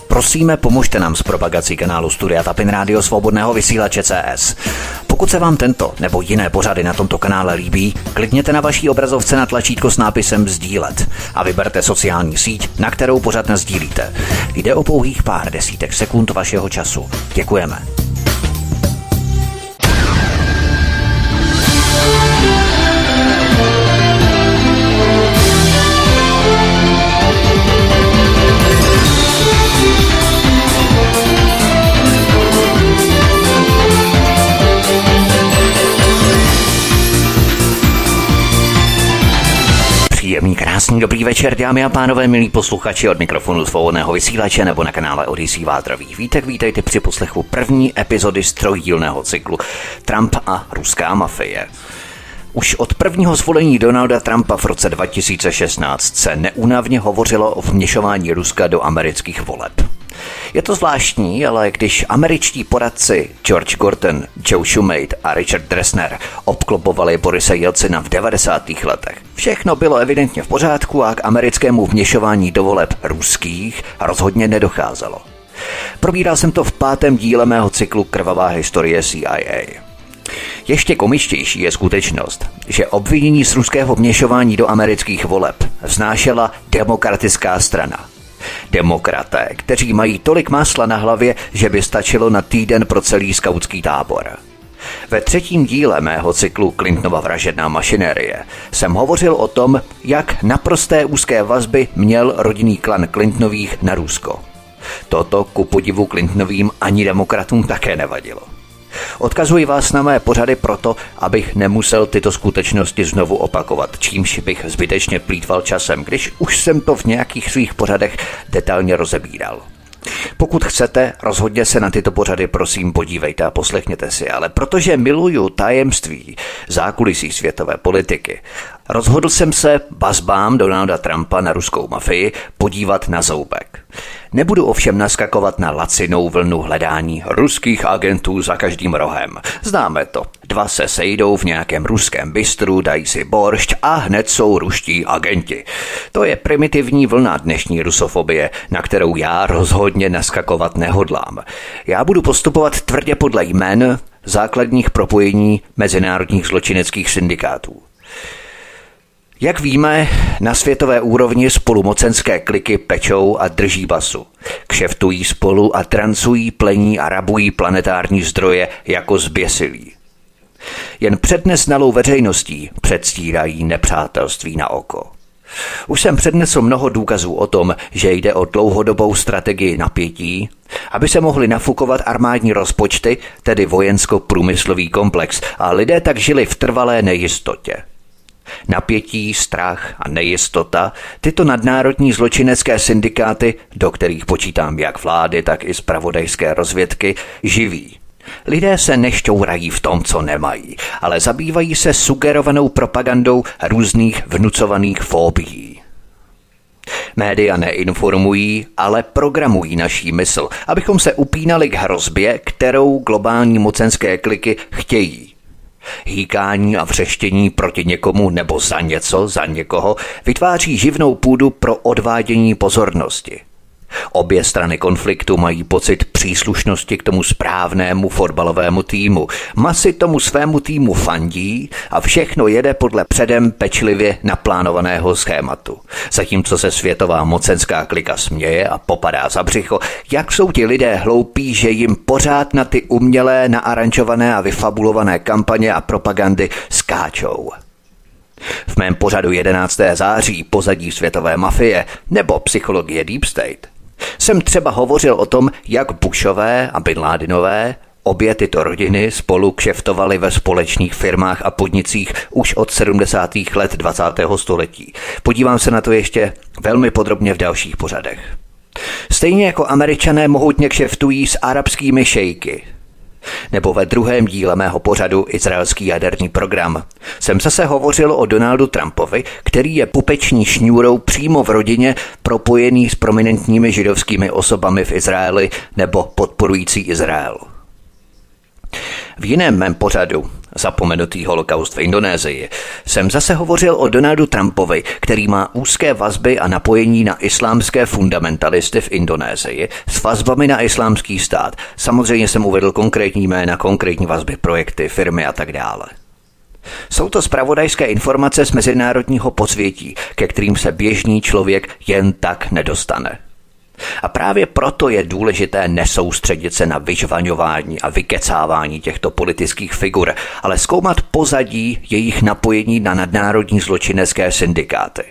Prosíme, pomožte nám s propagací kanálu Studia Tapin Rádio Svobodného vysílače CS. Pokud se vám tento nebo jiné pořady na tomto kanále líbí, klikněte na vaší obrazovce na tlačítko s nápisem sdílet a vyberte sociální síť, na kterou pořad nasdílíte. Jde o pouhých pár desítek sekund vašeho času. Děkujeme. Příjemný, krásný, dobrý večer, dámy a pánové, milí posluchači, od mikrofonu Svobodného vysílače nebo na kanále Odyssey vás zdraví. Vítejte při poslechu první epizody z trojdílného cyklu Trump a ruská mafie. Už od prvního zvolení Donalda Trumpa v roce 2016 se neúnavně hovořilo o vměšování Ruska do amerických voleb. Je to zvláštní, ale když američtí poradci George Gordon, Joe Schumate a Richard Dressner obklopovali Borise Jelcina v 90. letech, všechno bylo evidentně v pořádku a k americkému vměšování do voleb ruských rozhodně nedocházelo. Probíral jsem to v 5. díle mého cyklu Krvavá historie CIA. Ještě komičtější je skutečnost, že obvinění z ruského vměšování do amerických voleb vznášela demokratická strana. Demokraté, kteří mají tolik másla na hlavě, že by stačilo na týden pro celý skautský tábor. Ve 3. díle mého cyklu Clintonova vražedná mašinérie jsem hovořil o tom, jak naprosté úzké vazby měl rodinný klan Clintonových na Rusko. Toto ku podivu Clintonovým ani demokratům také nevadilo. Odkazuji vás na mé pořady proto, abych nemusel tyto skutečnosti znovu opakovat, čímž bych zbytečně plýtval časem, když už jsem to v nějakých svých pořadech detailně rozebíral. Pokud chcete, rozhodně se na tyto pořady prosím podívejte a poslechněte si, ale protože miluju tajemství zákulisí světové politiky, rozhodl jsem se vazbám Donalda Trumpa na ruskou mafii podívat na zoubek. Nebudu ovšem naskakovat na lacinou vlnu hledání ruských agentů za každým rohem. Známe to. Dva se sejdou v nějakém ruském bistru, dají si boršť a hned jsou ruští agenti. To je primitivní vlna dnešní rusofobie, na kterou já rozhodně naskakovat nehodlám. Já budu postupovat tvrdě podle jmen základních propojení mezinárodních zločineckých syndikátů. Jak víme, na světové úrovni spolu mocenské kliky pečou a drží basu. Kšeftují spolu a trancují, plení a rabují planetární zdroje jako zběsilí. Jen před neznalou veřejností předstírají nepřátelství na oko. Už jsem přednesl mnoho důkazů o tom, že jde o dlouhodobou strategii napětí, aby se mohli nafukovat armádní rozpočty, tedy vojensko-průmyslový komplex, a lidé tak žili v trvalé nejistotě. Napětí, strach a nejistota tyto nadnárodní zločinecké syndikáty, do kterých počítám jak vlády, tak i zpravodajské rozvědky, živí. Lidé se nešťourají v tom, co nemají, ale zabývají se sugerovanou propagandou různých vnucovaných fóbií. Média neinformují, ale programují naší mysl, abychom se upínali k hrozbě, kterou globální mocenské kliky chtějí. Hýkání a vřeštění proti někomu nebo za něco, za někoho vytváří živnou půdu pro odvádění pozornosti. Obě strany konfliktu mají pocit příslušnosti k tomu správnému fotbalovému týmu. Masy tomu svému týmu fandí a všechno jede podle předem pečlivě naplánovaného schématu. Zatímco se světová mocenská klika směje a popadá za břicho, jak jsou ti lidé hloupí, že jim pořád na ty umělé, naaranžované a vyfabulované kampaně a propagandy skáčou. V mém pořadu 11. září pozadí světové mafie nebo psychologie Deep State jsem třeba hovořil o tom, jak Bushové a Bin Ládinové, obě tyto rodiny, spolu kšeftovaly ve společných firmách a podnicích už od 70. let 20. století. Podívám se na to ještě velmi podrobně v dalších pořadech. Stejně jako Američané mohutně kšeftují s arabskými šejky. Nebo ve 2. díle mého pořadu Izraelský jaderný program jsem zase hovořil o Donaldu Trumpovi, který je pupeční šňůrou přímo v rodině propojený s prominentními židovskými osobami v Izraeli nebo podporující Izrael. V jiném mém pořadu zapomenutý holokaust v Indonésii, jsem zase hovořil o Donaldu Trumpovi, který má úzké vazby a napojení na islámské fundamentalisty v Indonésii s vazbami na islámský stát. Samozřejmě jsem uvedl konkrétní jména, konkrétní vazby, projekty, firmy a tak dále. Jsou to zpravodajské informace z mezinárodního podsvětí, ke kterým se běžný člověk jen tak nedostane. A právě proto je důležité nesoustředit se na vyžvaňování a vykecávání těchto politických figur, ale zkoumat pozadí jejich napojení na nadnárodní zločinecké syndikáty.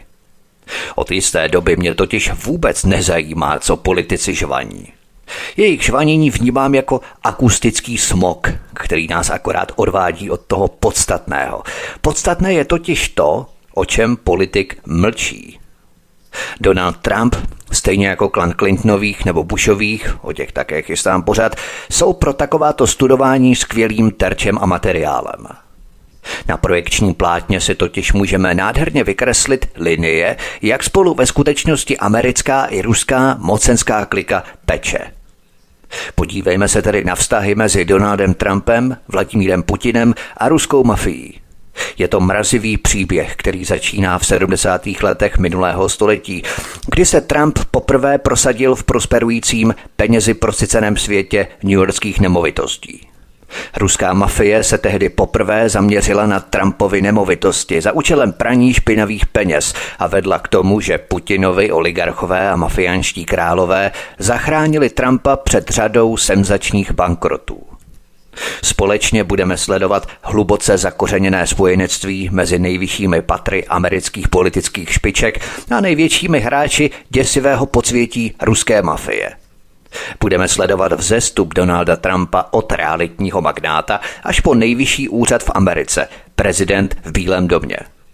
Od jisté doby mě totiž vůbec nezajímá, co politici žvaní. Jejich žvanění vnímám jako akustický smog, který nás akorát odvádí od toho podstatného. Podstatné je totiž to, o čem politik mlčí. Donald Trump, stejně jako klan Clintonových nebo Bushových, o těch také chystám pořad, jsou pro takováto studování skvělým terčem a materiálem. Na projekční plátně si totiž můžeme nádherně vykreslit linie, jak spolu ve skutečnosti americká i ruská mocenská klika peče. Podívejme se tedy na vztahy mezi Donaldem Trumpem, Vladimírem Putinem a ruskou mafií. Je to mrazivý příběh, který začíná v 70. letech minulého století, kdy se Trump poprvé prosadil v prosperujícím penězi prosyceném světě newyorských nemovitostí. Ruská mafie se tehdy poprvé zaměřila na Trumpovy nemovitosti za účelem praní špinavých peněz a vedla k tomu, že Putinovi oligarchové a mafiánští králové zachránili Trumpa před řadou senzačních bankrotů. Společně budeme sledovat hluboce zakořeněné spojenectví mezi nejvyššími patry amerických politických špiček a největšími hráči děsivého podsvětí ruské mafie. Budeme sledovat vzestup Donalda Trumpa od realitního magnáta až po nejvyšší úřad v Americe, prezident v Bílém domě.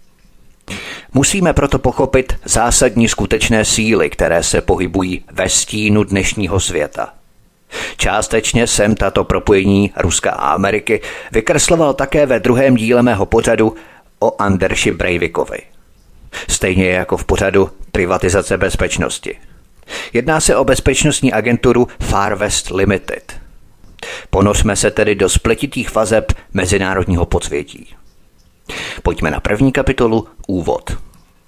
Musíme proto pochopit zásadní skutečné síly, které se pohybují ve stínu dnešního světa. Částečně jsem tato propojení Ruska a Ameriky vykresloval také ve druhém díle mého pořadu o Andersi Breivikovi. Stejně jako v pořadu Privatizace bezpečnosti. Jedná se o bezpečnostní agenturu Far West Limited. Ponořme se tedy do spletitých vazeb mezinárodního podsvětí. Pojďme na první kapitolu Úvod.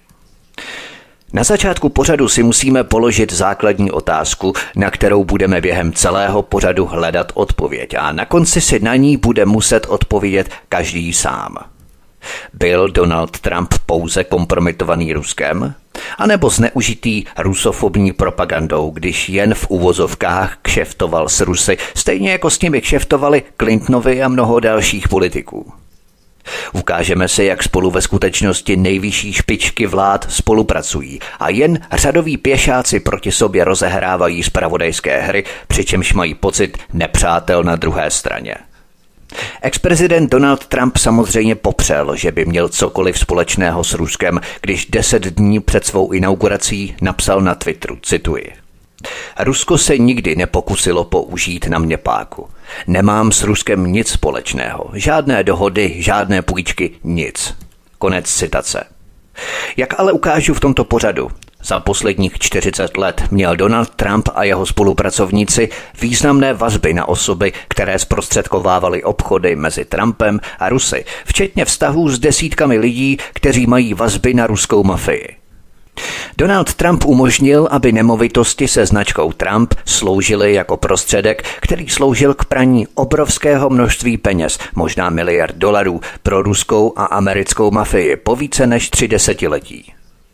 Na začátku pořadu si musíme položit základní otázku, na kterou budeme během celého pořadu hledat odpověď a na konci si na ní bude muset odpovědět každý sám. Byl Donald Trump pouze kompromitovaný Ruskem? A nebo zneužitý rusofobní propagandou, když jen v uvozovkách kšeftoval s Rusy, stejně jako s nimi kšeftovali Clintonovi a mnoho dalších politiků? Ukážeme si, jak spolu ve skutečnosti nejvyšší špičky vlád spolupracují a jen řadoví pěšáci proti sobě rozehrávají zpravodajské hry, přičemž mají pocit nepřátel na druhé straně. Ex-prezident Donald Trump samozřejmě popřel, že by měl cokoliv společného s Ruskem, když 10 dní před svou inaugurací napsal na Twitteru, cituji: Rusko se nikdy nepokusilo použít na mě páku. Nemám s Ruskem nic společného. Žádné dohody, žádné půjčky, nic. Konec citace. Jak ale ukážu v tomto pořadu, za posledních 40 let měl Donald Trump a jeho spolupracovníci významné vazby na osoby, které zprostředkovávaly obchody mezi Trumpem a Rusy, včetně vztahů s desítkami lidí, kteří mají vazby na ruskou mafii. Donald Trump umožnil, aby nemovitosti se značkou Trump sloužily jako prostředek, který sloužil k praní obrovského množství peněz, možná miliard dolarů, pro ruskou a americkou mafii po více než 3 desetiletí.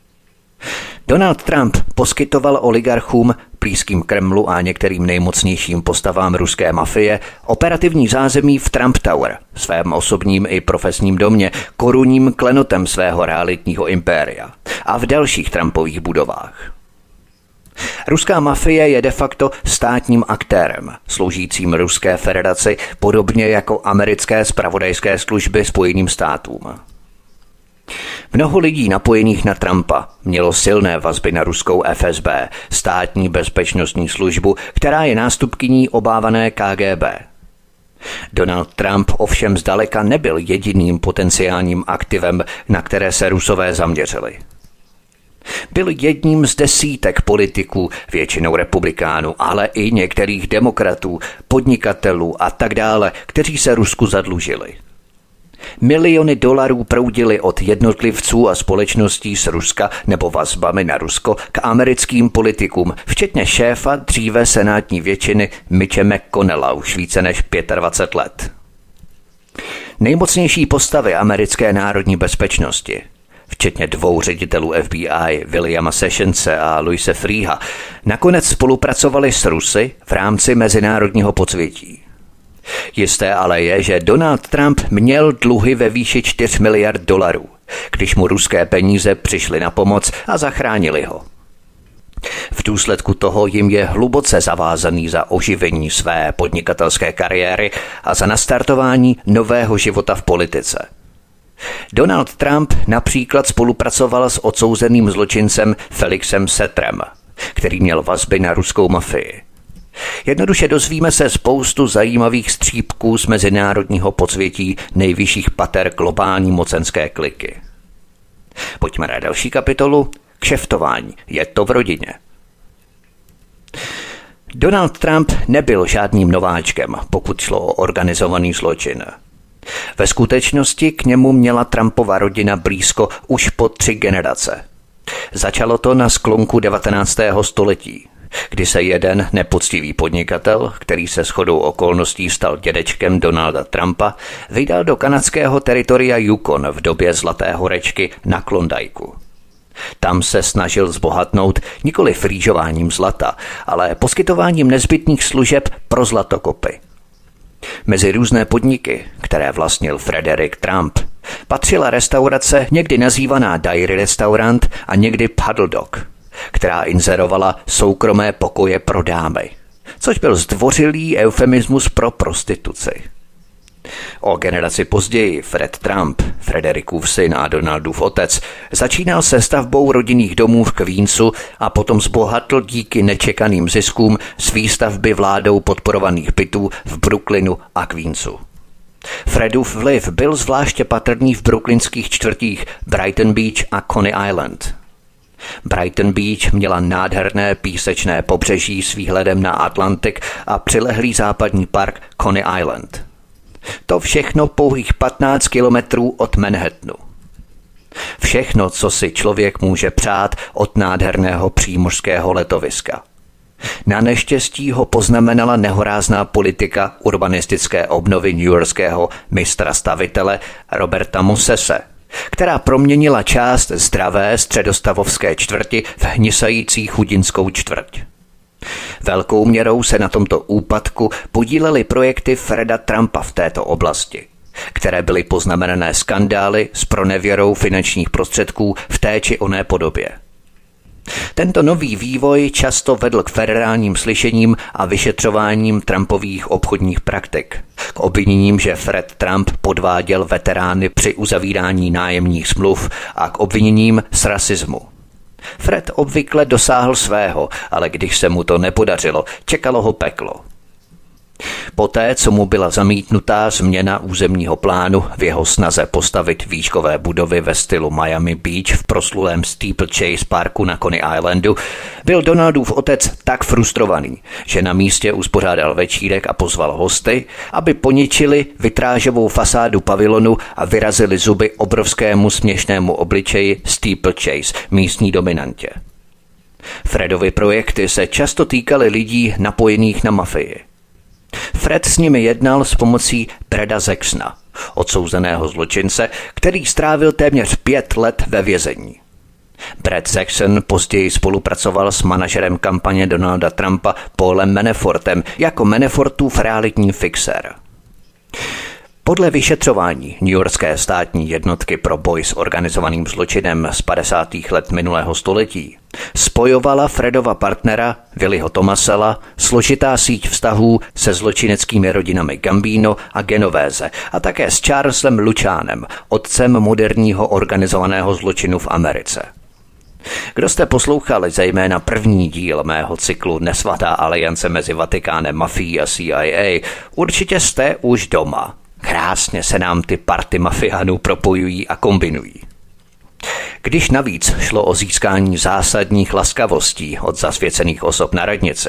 Donald Trump poskytoval oligarchům, blízkým Kremlu a některým nejmocnějším postavám ruské mafie operativní zázemí v Trump Tower, svém osobním i profesním domě, korunním klenotem svého realitního impéria a v dalších Trumpových budovách. Ruská mafie je de facto státním aktérem, sloužícím Ruské federaci, podobně jako americké zpravodajské služby Spojeným státům. Mnoho lidí napojených na Trumpa mělo silné vazby na ruskou FSB, státní bezpečnostní službu, která je nástupkyní obávané KGB. Donald Trump ovšem zdaleka nebyl jediným potenciálním aktivem, na které se Rusové zaměřili. Byl jedním z desítek politiků, většinou republikánů, ale i některých demokratů, podnikatelů a tak dále, kteří se Rusku zadlužili. Miliony dolarů proudily od jednotlivců a společností z Ruska nebo vazbami na Rusko k americkým politikům, včetně šéfa dříve senátní většiny Mitche McConnella už více než 25 let. Nejmocnější postavy americké národní bezpečnosti, včetně 2 ředitelů FBI, Williama Sessionse a Louise Freeha, nakonec spolupracovali s Rusy v rámci mezinárodního podsvětí. Jisté ale je, že Donald Trump měl dluhy ve výši 4 miliard dolarů, když mu ruské peníze přišly na pomoc a zachránili ho. V důsledku toho jim je hluboce zavázaný za oživení své podnikatelské kariéry a za nastartování nového života v politice. Donald Trump například spolupracoval s odsouzeným zločincem Felixem Saterem, který měl vazby na ruskou mafii. Jednoduše dozvíme se spoustu zajímavých střípků z mezinárodního podsvětí nejvyšších pater globální mocenské kliky. Pojďme na další kapitolu. Kšeftování. Je to v rodině. Donald Trump nebyl žádným nováčkem, pokud šlo o organizovaný zločin. Ve skutečnosti k němu měla Trumpova rodina blízko už po 3 generace. Začalo to na sklonku 19. století, kdy se jeden nepoctivý podnikatel, který se shodou okolností stal dědečkem Donalda Trumpa, vydal do kanadského teritoria Yukon v době Zlaté horečky na Klondajku. Tam se snažil zbohatnout nikoli rýžováním zlata, ale poskytováním nezbytných služeb pro zlatokopy. Mezi různé podniky, které vlastnil Frederick Trump, patřila restaurace někdy nazývaná Dairy Restaurant a někdy Puddle Dog, která inzerovala soukromé pokoje pro dámy, což byl zdvořilý eufemismus pro prostituci. O generaci později Fred Trump, Frederickův syn a Donaldův otec, začínal se stavbou rodinných domů v Queensu a potom zbohatl díky nečekaným ziskům z výstavby vládou podporovaných bytů v Brooklynu a Queensu. Fredův vliv byl zvláště patrný v brooklynských čtvrtích Brighton Beach a Coney Island. Brighton Beach měla nádherné písečné pobřeží s výhledem na Atlantik a přilehlý západní park Coney Island. To všechno pouhých 15 kilometrů od Manhattanu. Všechno, co si člověk může přát od nádherného přímořského letoviska. Na neštěstí ho poznamenala nehorázná politika urbanistické obnovy newyorského mistra stavitele Roberta Mosese, která proměnila část zdravé středostavovské čtvrti v hnisající chudinskou čtvrť. Velkou měrou se na tomto úpadku podílely projekty Freda Trumpa v této oblasti, které byly poznamenané skandály s pronevěrou finančních prostředků v té či oné podobě. Tento nový vývoj často vedl k federálním slyšením a vyšetřováním Trumpových obchodních praktik, k obviněním, že Fred Trump podváděl veterány při uzavírání nájemních smluv a k obviněním z rasismu. Fred obvykle dosáhl svého, ale když se mu to nepodařilo, čekalo ho peklo. Poté, co mu byla zamítnutá změna územního plánu v jeho snaze postavit výškové budovy ve stylu Miami Beach v proslulém Steeplechase parku na Coney Islandu, byl Donaldův otec tak frustrovaný, že na místě uspořádal večírek a pozval hosty, aby poničili vitrážovou fasádu pavilonu a vyrazili zuby obrovskému směšnému obličeji Steeplechase, místní dominantě. Fredovy projekty se často týkaly lidí napojených na mafii. Fred s nimi jednal s pomocí Breda Jacksona, odsouzeného zločince, který strávil téměř 5 let ve vězení. Brad Jackson později spolupracoval s manažerem kampaně Donalda Trumpa Paulem Manafortem jako Manafortův realitní fixer. Podle vyšetřování newyorské státní jednotky pro boj s organizovaným zločinem z 50. let minulého století spojovala Fredova partnera Willyho Tomasela složitá síť vztahů se zločineckými rodinami Gambino a Genovese a také s Charlesem Lucianem, otcem moderního organizovaného zločinu v Americe. Kdo jste poslouchali zejména první díl mého cyklu Nesvatá aliance mezi Vatikánem, mafií a CIA, určitě jste už doma. Krásně se nám ty party mafiánů propojují a kombinují. Když navíc šlo o získání zásadních laskavostí od zasvěcených osob na radnici,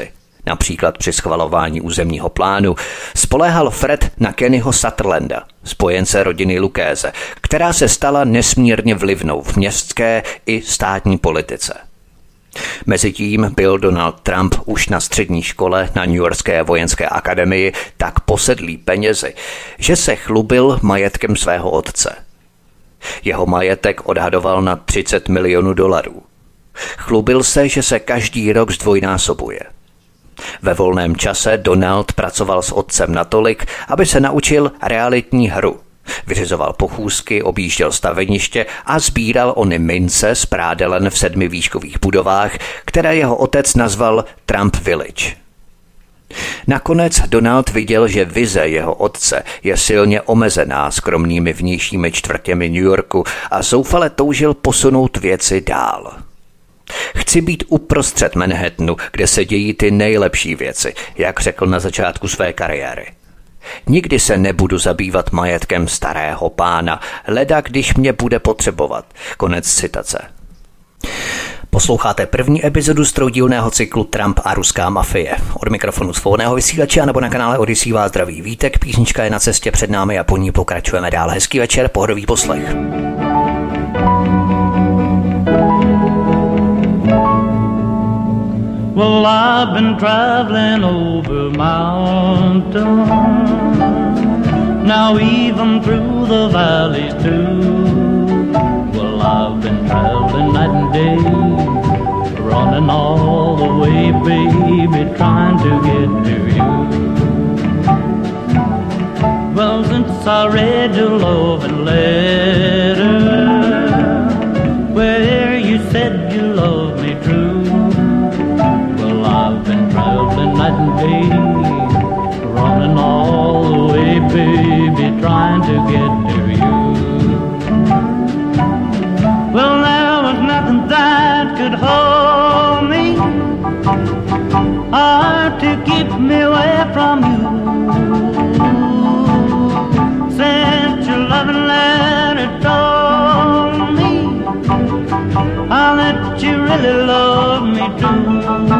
například při schvalování územního plánu, spoléhal Fred na Kennyho Sutherlanda, spojence rodiny Lucchese, která se stala nesmírně vlivnou v městské i státní politice. Mezitím byl Donald Trump už na střední škole na Newyorské vojenské akademii tak posedlý penězi, že se chlubil majetkem svého otce. Jeho majetek odhadoval na $30 milionů. Chlubil se, že se každý rok zdvojnásobuje. Ve volném čase Donald pracoval s otcem natolik, aby se naučil realitní hru. Vyřizoval pochůzky, objížděl staveniště a sbíral ony mince z prádelen v 7 výškových budovách, které jeho otec nazval Trump Village. Nakonec Donald viděl, že vize jeho otce je silně omezená skromnými vnějšími čtvrtěmi New Yorku a zoufale toužil posunout věci dál. Chci být uprostřed Manhattanu, kde se dějí ty nejlepší věci, jak řekl na začátku své kariéry. Nikdy se nebudu zabývat majetkem starého pána, leda když mě bude potřebovat. Konec citace. Posloucháte první epizodu z troudílného cyklu Trump a ruská mafie. Od mikrofonu svobodného vysílače nebo na kanále Odyssey vás zdraví Vítek, písnička je na cestě před námi a po ní pokračujeme dál. Hezký večer, pohodový poslech. Well, I've been traveling over mountains, now even through the valleys too. Well, I've been traveling night and day, running all the way, baby, trying to get to you. Well, since I read your loving letter, where you said you loved me true, I've been traveling night and day, running all the way, baby, trying to get to you. Well, there was nothing that could hold me or to keep me away from you. Since your loving letter told me how that you really love me too,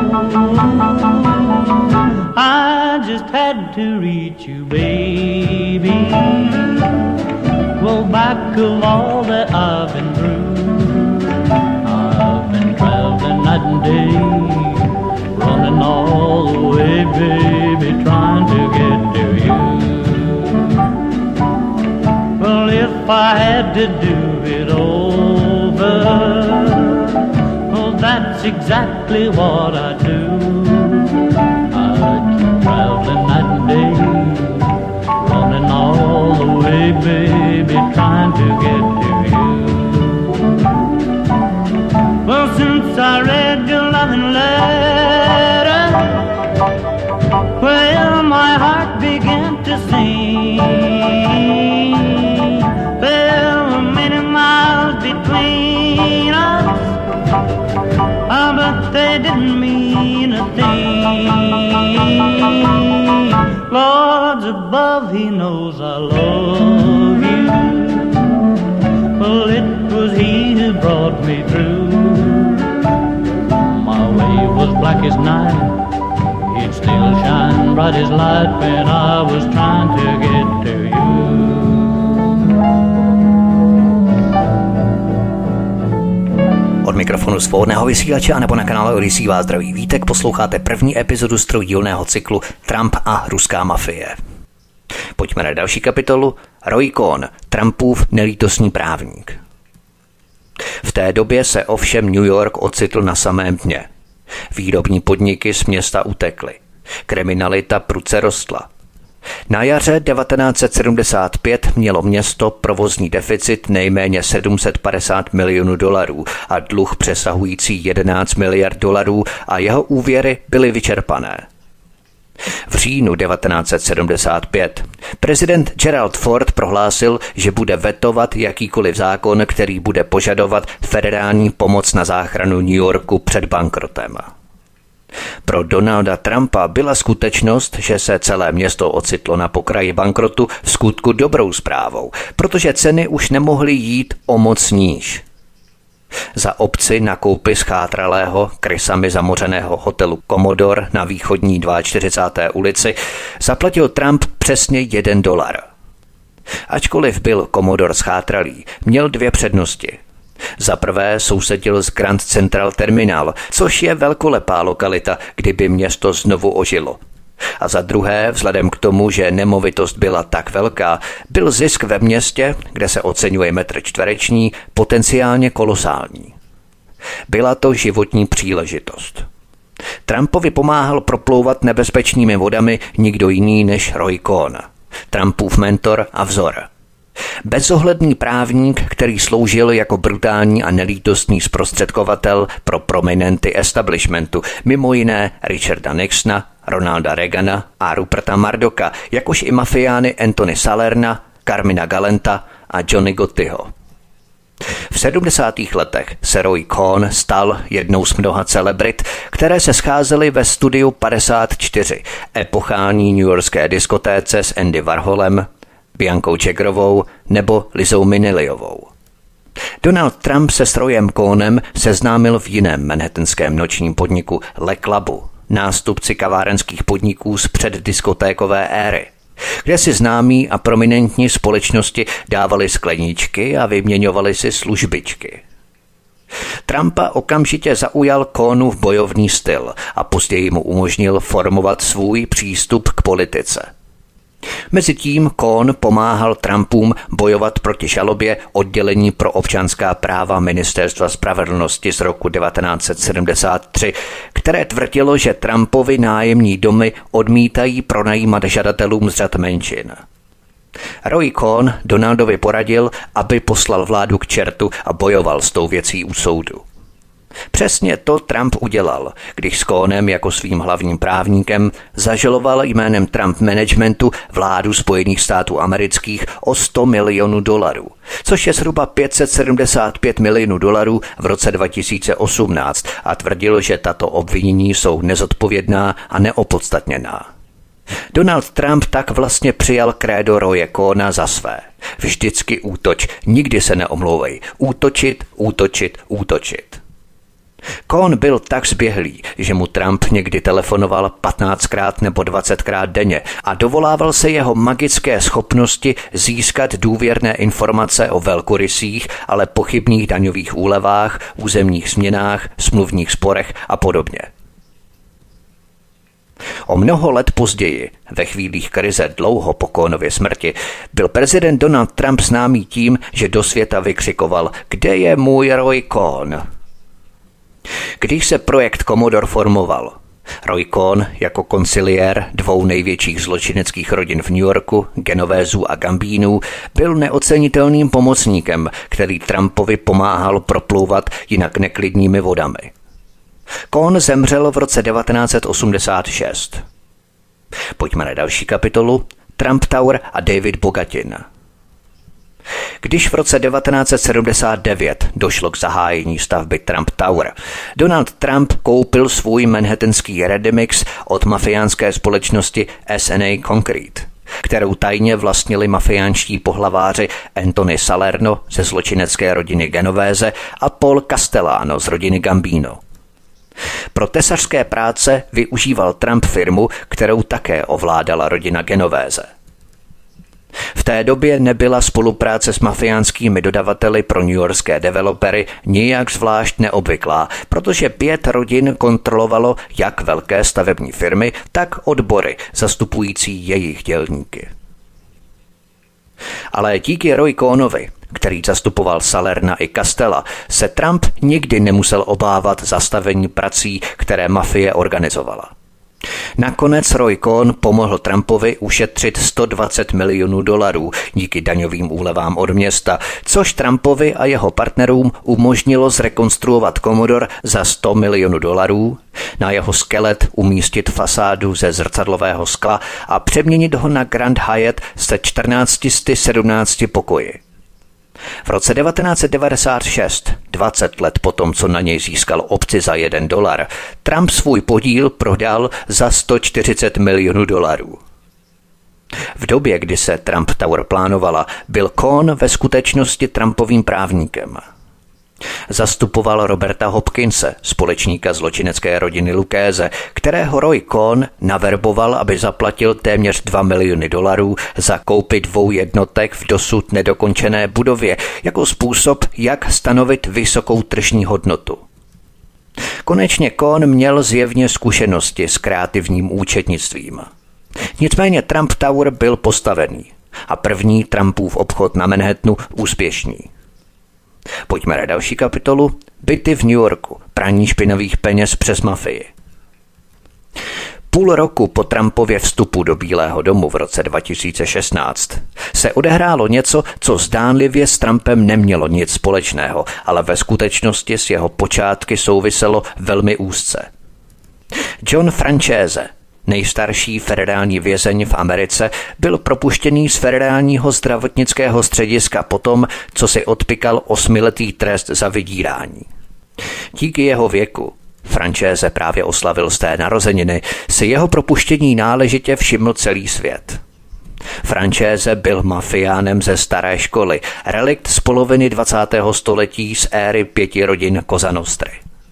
I just had to reach you, baby. Well, back of all that I've been through, I've been traveling night and day, running all the way, baby, trying to get to you. Well, if I had to do it over, well, that's exactly what I do. I'd keep traveling night and day, running all the way, baby, trying to get to you. Well, since I read your loving letter, well, my heart began to sing. There were many miles between us, but they didn't mean a thing. Lord's above, He knows I love you. Well, it was He who brought me through. My way was black as night, He'd still shine bright as light when I was trying to get to you. Od mikrofonu svobodného vysílače a nebo na kanále Odyssey vás zdraví Vítek, posloucháte první epizodu z troudílného cyklu Trump a ruská mafie. Pojďme na další kapitolu. Roy Cohn, Trumpův nelítostný právník. V té době se ovšem New York ocitl na samém dně. Výrobní podniky z města utekly. Kriminalita prudce rostla. Na jaře 1975 mělo město provozní deficit nejméně $750 milionů a dluh přesahující $11 miliard a jeho úvěry byly vyčerpané. V říjnu 1975 prezident Gerald Ford prohlásil, že bude vetovat jakýkoliv zákon, který bude požadovat federální pomoc na záchranu New Yorku před bankrotem. Pro Donalda Trumpa byla skutečnost, že se celé město ocitlo na pokraji bankrotu, v skutku dobrou zprávou, protože ceny už nemohly jít o moc níž. Za opci na koupi schátralého, krysami zamořeného hotelu Commodore na východní 42. ulici zaplatil Trump přesně $1. Ačkoliv byl Commodore schátralý, měl 2 přednosti. Za prvé sousedil s Grand Central Terminal, což je velkolepá lokalita, kdyby město znovu ožilo. A za druhé, vzhledem k tomu, že nemovitost byla tak velká, byl zisk ve městě, kde se oceňuje metr čtvereční, potenciálně kolosální. Byla to životní příležitost. Trumpovi pomáhal proplouvat nebezpečnými vodami nikdo jiný než Roy Cohn, Trumpův mentor a vzor. Bezohledný právník, který sloužil jako brutální a nelítostný zprostředkovatel pro prominenty establishmentu, mimo jiné Richarda Nixona, Ronalda Reagana a Ruperta Murdocha, jakož i mafiány Anthony Salerna, Carmina Gallenta a Johnny Gottiho. V 70. letech se Roy Cohn stal jednou z mnoha celebrit, které se scházely ve studiu 54, epochální newyorské diskotéce s Andy Warholem, Biancou Jaggerovou nebo Lizou Minnelliovou. Donald Trump se s Royem Cohnem seznámil v jiném manhattanském nočním podniku Le Clubu, nástupci kavárenských podniků z předdiskotékové éry, kde si známí a prominentní společnosti dávali skleníčky a vyměňovali si službičky. Trumpa okamžitě zaujal Cohnův bojovný styl a později mu umožnil formovat svůj přístup k politice. Mezitím Cohn pomáhal Trumpům bojovat proti žalobě oddělení pro občanská práva Ministerstva spravedlnosti z roku 1973, které tvrdilo, že Trumpovi nájemní domy odmítají pronajímat žadatelům z řad menšin. Roy Cohn Donaldovi poradil, aby poslal vládu k čertu a bojoval s tou věcí u soudu. Přesně to Trump udělal, když s Cohnem jako svým hlavním právníkem zažaloval jménem Trump managementu vládu Spojených států amerických o $100 milionů, což je zhruba $575 milionů v roce 2018 a tvrdil, že tato obvinění jsou nezodpovědná a neopodstatněná. Donald Trump tak vlastně přijal krédo Roye Cohna za své. Vždycky útoč, nikdy se neomlouvej. Útočit, útočit, útočit. Cohn byl tak zběhlý, že mu Trump někdy telefonoval 15krát nebo 20krát denně a dovolával se jeho magické schopnosti získat důvěrné informace o velkorysých, ale pochybných daňových úlevách, územních změnách, smluvních sporech a podobně. O mnoho let později, ve chvílích krize dlouho po Cohnově smrti, byl prezident Donald Trump známý tím, že do světa vykřikoval: "Kde je můj Roy Cohn?" Když se projekt Commodore formoval, Roy Cohn jako konciliér 2 největších zločineckých rodin v New Yorku, Genovézů a Gambínů, byl neocenitelným pomocníkem, který Trumpovi pomáhal proplouvat jinak neklidnými vodami. Cohn zemřel v roce 1986. Pojďme na další kapitolu. Trump Tower a David Bogatin. Když v roce 1979 došlo k zahájení stavby Trump Tower, Donald Trump koupil svůj manhattanský Redimix od mafiánské společnosti S&A Concrete, kterou tajně vlastnili mafiánští pohlaváři Anthony Salerno ze zločinecké rodiny Genovéze a Paul Castellano z rodiny Gambino. Pro tesařské práce využíval Trump firmu, kterou také ovládala rodina Genovéze. V té době nebyla spolupráce s mafiánskými dodavateli pro newyorské developery nijak zvlášť neobvyklá, protože 5 rodin kontrolovalo jak velké stavební firmy, tak odbory zastupující jejich dělníky. Ale díky Roy Cohnovi, který zastupoval Salerna i Castella, se Trump nikdy nemusel obávat zastavení prací, které mafie organizovala. Nakonec Roy Cohn pomohl Trumpovi ušetřit $120 milionů díky daňovým úlevám od města, což Trumpovi a jeho partnerům umožnilo zrekonstruovat Commodore za $100 milionů, na jeho skelet umístit fasádu ze zrcadlového skla a přeměnit ho na Grand Hyatt se 1417 pokoji. V roce 1996, 20 let potom, co na něj získal opci za $1, Trump svůj podíl prodal za $140 milionů. V době, kdy se Trump Tower plánovala, byl Cohn ve skutečnosti Trumpovým právníkem. Zastupoval Roberta Hopkinse, společníka zločinecké rodiny Lucchese, kterého Roy Cohn naverboval, aby zaplatil téměř $2 miliony za koupi 2 jednotek v dosud nedokončené budově jako způsob, jak stanovit vysokou tržní hodnotu. Konečně Cohn měl zjevně zkušenosti s kreativním účetnictvím. Nicméně Trump Tower byl postavený a první Trumpův obchod na Manhattanu úspěšný. Pojďme na další kapitolu. Byty v New Yorku, praní špinavých peněz přes mafii. Půl roku po Trumpově vstupu do Bílého domu v roce 2016 se odehrálo něco, co zdánlivě s Trumpem nemělo nic společného, ale ve skutečnosti s jeho počátky souviselo velmi úzce. John Franchese, nejstarší federální vězeň v Americe, byl propuštěný z federálního zdravotnického střediska potom, co si odpykal 8letý trest za vydírání. Díky jeho věku, Franchese právě oslavil z té narozeniny, si jeho propuštění náležitě všiml celý svět. Franchese byl mafiánem ze staré školy, relikt z poloviny 20. století z éry 5 rodin Cosa Nostry.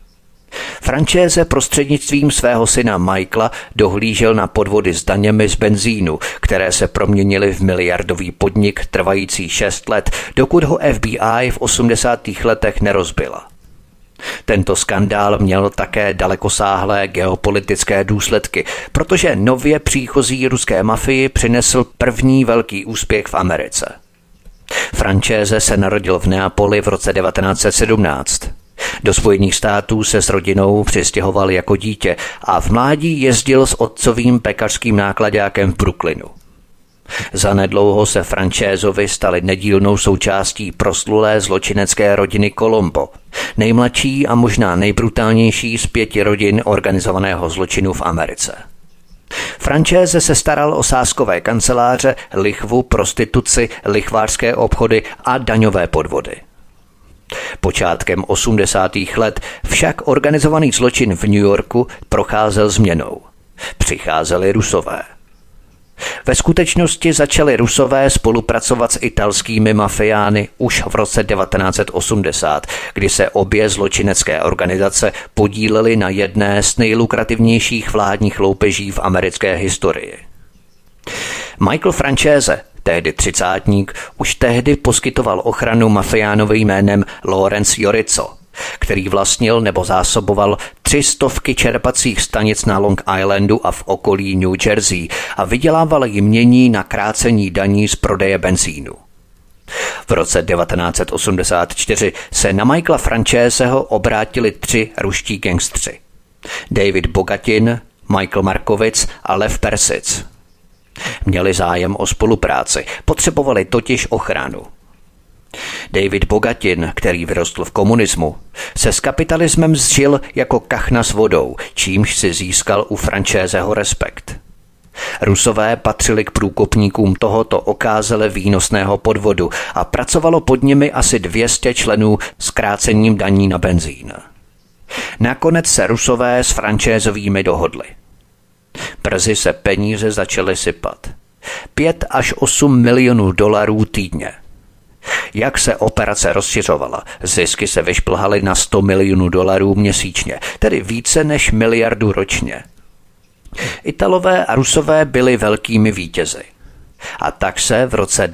Franchese prostřednictvím svého syna Michaela dohlížel na podvody s daněmi z benzínu, které se proměnily v miliardový podnik trvající 6 let, dokud ho FBI v 80. letech nerozbila. Tento skandál měl také dalekosáhlé geopolitické důsledky, protože nově příchozí ruské mafii přinesl první velký úspěch v Americe. Franchese se narodil v Neapoli v roce 1917. Do Spojených států se s rodinou přistěhoval jako dítě a v mládí jezdil s otcovým pekařským náklaďákem v Brooklynu. Zanedlouho se Franchesovi stali nedílnou součástí proslulé zločinecké rodiny Colombo, nejmladší a možná nejbrutálnější z 5 rodin organizovaného zločinu v Americe. Franchese se staral o sázkové kanceláře, lichvu, prostituci, lichvářské obchody a daňové podvody. Počátkem 80. let však organizovaný zločin v New Yorku procházel změnou. Přicházeli Rusové. Ve skutečnosti začali Rusové spolupracovat s italskými mafiány už v roce 1980, kdy se obě zločinecké organizace podílely na jedné z nejlukrativnějších vládních loupeží v americké historii. Michael Franchese, tehdy třicátník, už tehdy poskytoval ochranu mafiánovi jménem Lawrence Jorico, který vlastnil nebo zásoboval 300 čerpacích stanic na Long Islandu a v okolí New Jersey a vydělával jmění na krácení daní z prodeje benzínu. V roce 1984 se na Michaela Francheseho obrátili 3 ruští gangstři. David Bogatin, Michael Markovic a Lev Persic. Měli zájem o spolupráci, potřebovali totiž ochranu. David Bogatin, který vyrostl v komunismu, se s kapitalismem zžil jako kachna s vodou, čímž si získal u Francheseho respekt. Rusové patřili k průkopníkům tohoto okázale výnosného podvodu a pracovalo pod nimi asi 200 členů s krácením daní na benzín. Nakonec se Rusové s Franchesovými dohodli. Brzy se peníze začaly sypat. 5 až 8 milionů dolarů týdně. Jak se operace rozšiřovala, zisky se vyšplhaly na 100 milionů dolarů měsíčně, tedy více než miliardu ročně. Italové a Rusové byli velkými vítězi. A tak se v roce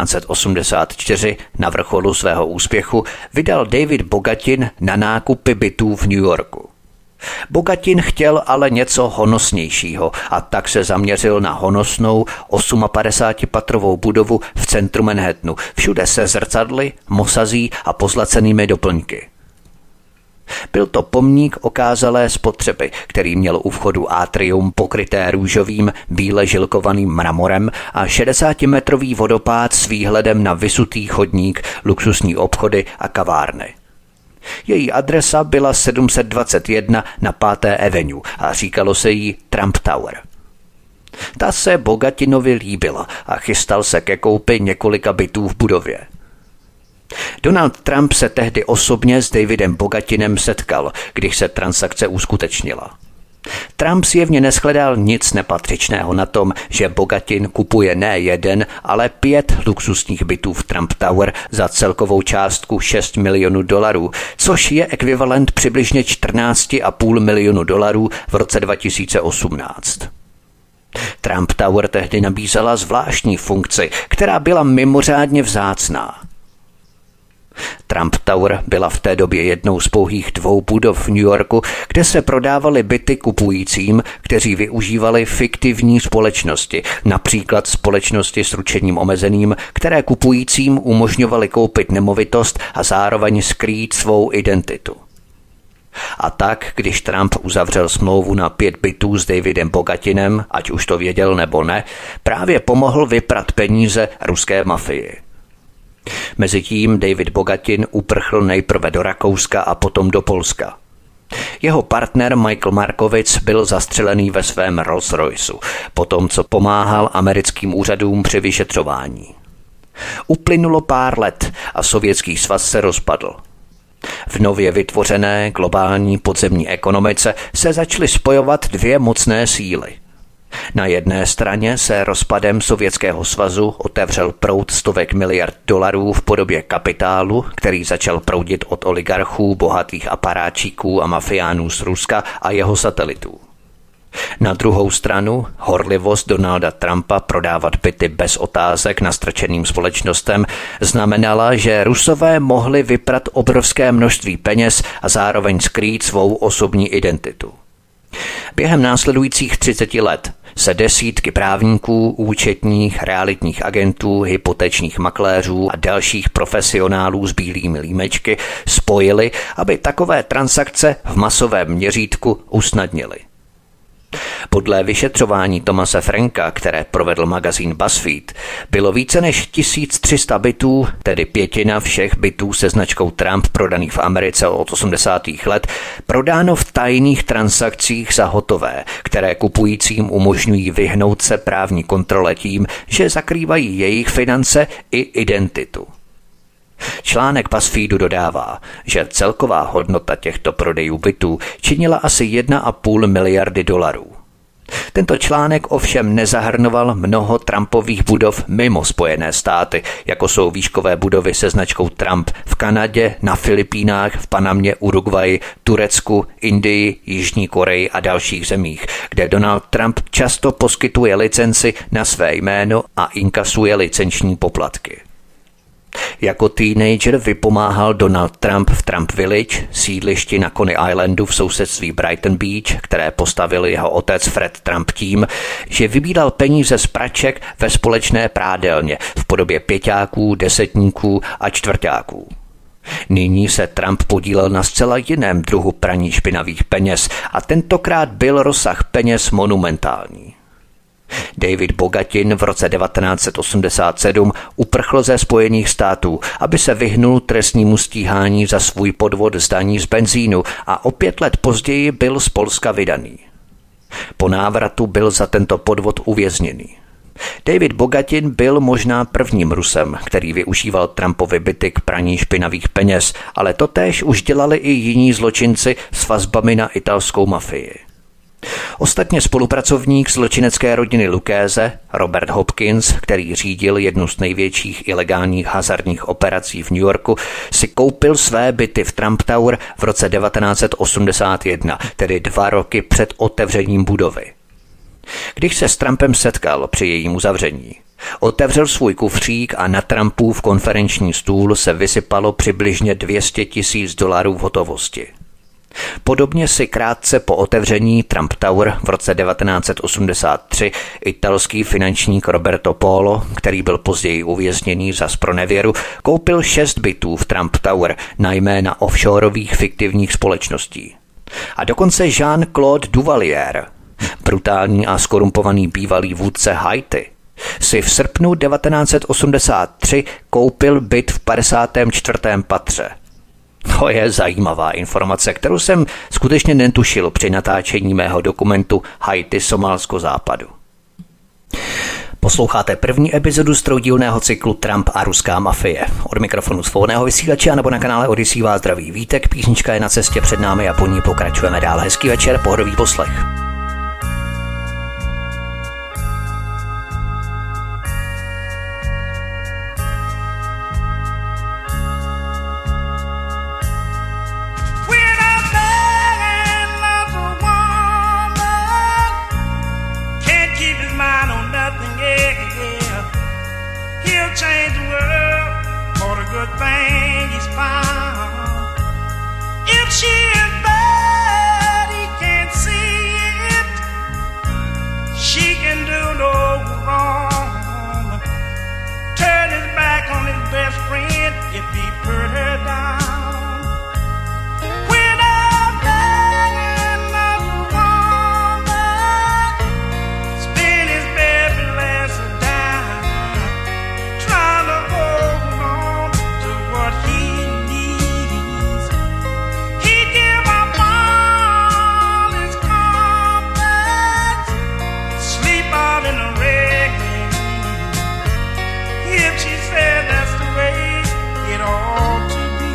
1984 na vrcholu svého úspěchu vydal David Bogatin na nákupy bytů v New Yorku. Bogatin chtěl ale něco honosnějšího a tak se zaměřil na honosnou 58patrovou budovu v centru Manhattanu, všude se zrcadly, mosazí a pozlacenými doplňky. Byl to pomník okázalé spotřeby, který měl u vchodu atrium pokryté růžovým, bíle žilkovaným mramorem a 60metrový vodopád s výhledem na vysutý chodník, luxusní obchody a kavárny. Její adresa byla 721 na 5. Avenue a říkalo se jí Trump Tower. Ta se Bogatinovi líbila a chystal se ke koupi několika bytů v budově. Donald Trump se tehdy osobně s Davidem Bogatinem setkal, když se transakce uskutečnila. Trump zjevně neshledal nic nepatřičného na tom, že Bogatin kupuje ne 1, ale 5 luxusních bytů v Trump Tower za celkovou částku $6 milionů, což je ekvivalent přibližně $14,5 milionu v roce 2018. Trump Tower tehdy nabízela zvláštní funkci, která byla mimořádně vzácná. Trump Tower byla v té době jednou z pouhých 2 budov v New Yorku, kde se prodávaly byty kupujícím, kteří využívali fiktivní společnosti, například společnosti s ručením omezeným, které kupujícím umožňovaly koupit nemovitost a zároveň skrýt svou identitu. A tak, když Trump uzavřel smlouvu na 5 bytů s Davidem Bogatinem, ať už to věděl nebo ne, právě pomohl vyprat peníze ruské mafii. Mezitím David Bogatin uprchl nejprve do Rakouska a potom do Polska. Jeho partner Michael Markovic byl zastřelený ve svém Rolls Royceu, potom co pomáhal americkým úřadům při vyšetřování. Uplynulo pár let a Sovětský svaz se rozpadl. V nově vytvořené globální podzemní ekonomice se začaly spojovat 2 mocné síly. Na jedné straně se rozpadem Sovětského svazu otevřel proud stovek miliard dolarů v podobě kapitálu, který začal proudit od oligarchů, bohatých aparáčíků a mafiánů z Ruska a jeho satelitů. Na druhou stranu horlivost Donalda Trumpa prodávat byty bez otázek nastrčeným společnostem znamenala, že Rusové mohli vyprat obrovské množství peněz a zároveň skrýt svou osobní identitu. Během následujících 30 let se desítky právníků, účetních, realitních agentů, hypotečních makléřů a dalších profesionálů s bílými límečky spojili, aby takové transakce v masovém měřítku usnadnily. Podle vyšetřování Thomase Franka, které provedl magazín BuzzFeed, bylo více než 1300 bytů, tedy 1/5 všech bytů se značkou Trump prodaných v Americe od 80. let, prodáno v tajných transakcích za hotové, které kupujícím umožňují vyhnout se právní kontrole tím, že zakrývají jejich finance i identitu. Článek BuzzFeedu dodává, že celková hodnota těchto prodejů bytů činila asi $1,5 miliardy. Tento článek ovšem nezahrnoval mnoho Trumpových budov mimo Spojené státy, jako jsou výškové budovy se značkou Trump v Kanadě, na Filipínách, v Panamě, Uruguayi, Turecku, Indii, Jižní Koreji a dalších zemích, kde Donald Trump často poskytuje licenci na své jméno a inkasuje licenční poplatky. Jako teenager vypomáhal Donald Trump v Trump Village, sídlišti na Coney Islandu v sousedství Brighton Beach, které postavil jeho otec Fred Trump tím, že vybíral peníze z praček ve společné prádelně v podobě pěťáků, desetníků a čtvrťáků. Nyní se Trump podílel na zcela jiném druhu praní špinavých peněz a tentokrát byl rozsah peněz monumentální. David Bogatin v roce 1987 uprchl ze Spojených států, aby se vyhnul trestnímu stíhání za svůj podvod z daní z benzínu a o 5 let později byl z Polska vydaný. Po návratu byl za tento podvod uvězněný. David Bogatin byl možná prvním Rusem, který využíval Trumpovy byty k praní špinavých peněz, ale totéž už dělali i jiní zločinci s vazbami na italskou mafii. Ostatně spolupracovník zločinecké rodiny Lucchese, Robert Hopkins, který řídil jednu z největších ilegálních hazardních operací v New Yorku, si koupil své byty v Trump Tower v roce 1981, tedy 2 roky před otevřením budovy. Když se s Trumpem setkal při jejím uzavření, otevřel svůj kufřík a na Trumpův konferenční stůl se vysypalo přibližně $200,000 v hotovosti. Podobně si krátce po otevření Trump Tower v roce 1983 italský finančník Roberto Polo, který byl později uvězněný za zpronevěru, koupil 6 bytů v Trump Tower na jména offshoreových fiktivních společností. A dokonce Jean-Claude Duvalier, brutální a skorumpovaný bývalý vůdce Haiti, si v srpnu 1983 koupil byt v 54. patře. To je zajímavá informace, kterou jsem skutečně netušil při natáčení mého dokumentu Haiti, Somálsko, Západu. Posloucháte první epizodu z troudílného cyklu Trump a ruská mafie. Od mikrofonu svobodného vysílače nebo na kanále Odyssey vás zdraví Vítek, písnička je na cestě před námi a po ní pokračujeme dál. Hezký večer, pohodový poslech. Change the world for the good thing he's found. If she is bad, he can't see it. She can do no wrong. Turn his back on his best friend if he put her down. When I'm begging of a woman, spin his baby last down. Trying to hold on to what he needs. He give up all his comforts, sleep out in the rain. If she said that's the way it ought to be.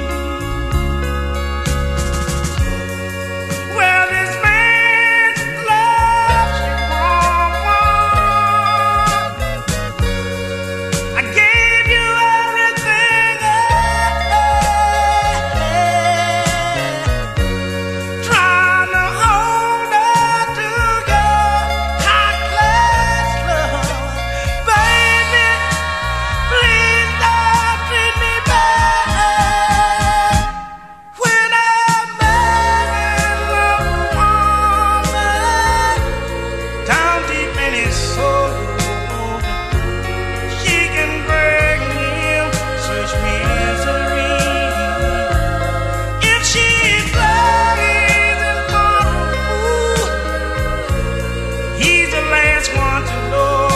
Well, this man's love, she won't. I gave you everything, trying to hold on to your high-class love. Baby, please don't treat me bad. When I'm begging of a woman, down deep in his soul, she can bring him such misery. If she's blazing for a fool, he's the last one to know.